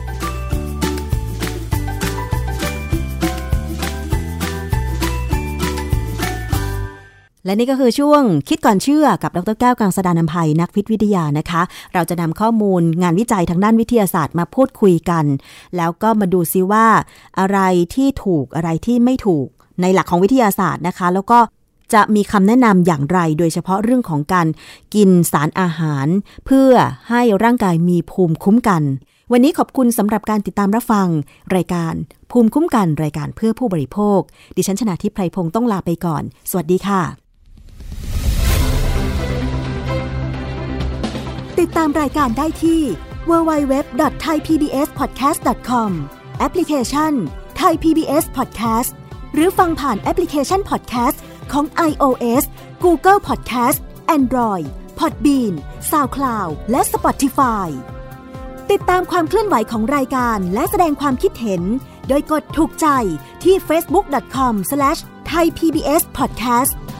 และนี่ก็คือช่วงคิดก่อนเชื่อกับดร.แก้วกังสดาลอำไพนักพิษวิทยานะคะเราจะนำข้อมูลงานวิจัยทางด้านวิทยาศาสตร์มาพูดคุยกันแล้วก็มาดูซิว่าอะไรที่ถูกอะไรที่ไม่ถูกในหลักของวิทยาศาสตร์นะคะแล้วก็จะมีคำแนะนำอย่างไรโดยเฉพาะเรื่องของการกินสารอาหารเพื่อให้ร่างกายมีภูมิคุ้มกันวันนี้ขอบคุณสำหรับการติดตามรับฟังรายการภูมิคุ้มกันรายการเพื่อผู้บริโภคดิฉันชนาธิป ไพรพงศ์ต้องลาไปก่อนสวัสดีค่ะติดตามรายการได้ที่ ดับเบิลยู ดับเบิลยู ดับเบิลยู ดอท ไทย พี บี เอส พอดแคสต์ ดอท คอม แอปพลิเคชัน Thai พี บี เอส Podcast หรือฟังผ่านแอปพลิเคชัน Podcast ของ iOS Google Podcast Android Podbean SoundCloud และ Spotify ติดตามความเคลื่อนไหวของรายการและแสดงความคิดเห็นโดยกดถูกใจที่ เฟซบุ๊ก ดอท คอม สแลช ไทย พี บี เอส พอดแคสต์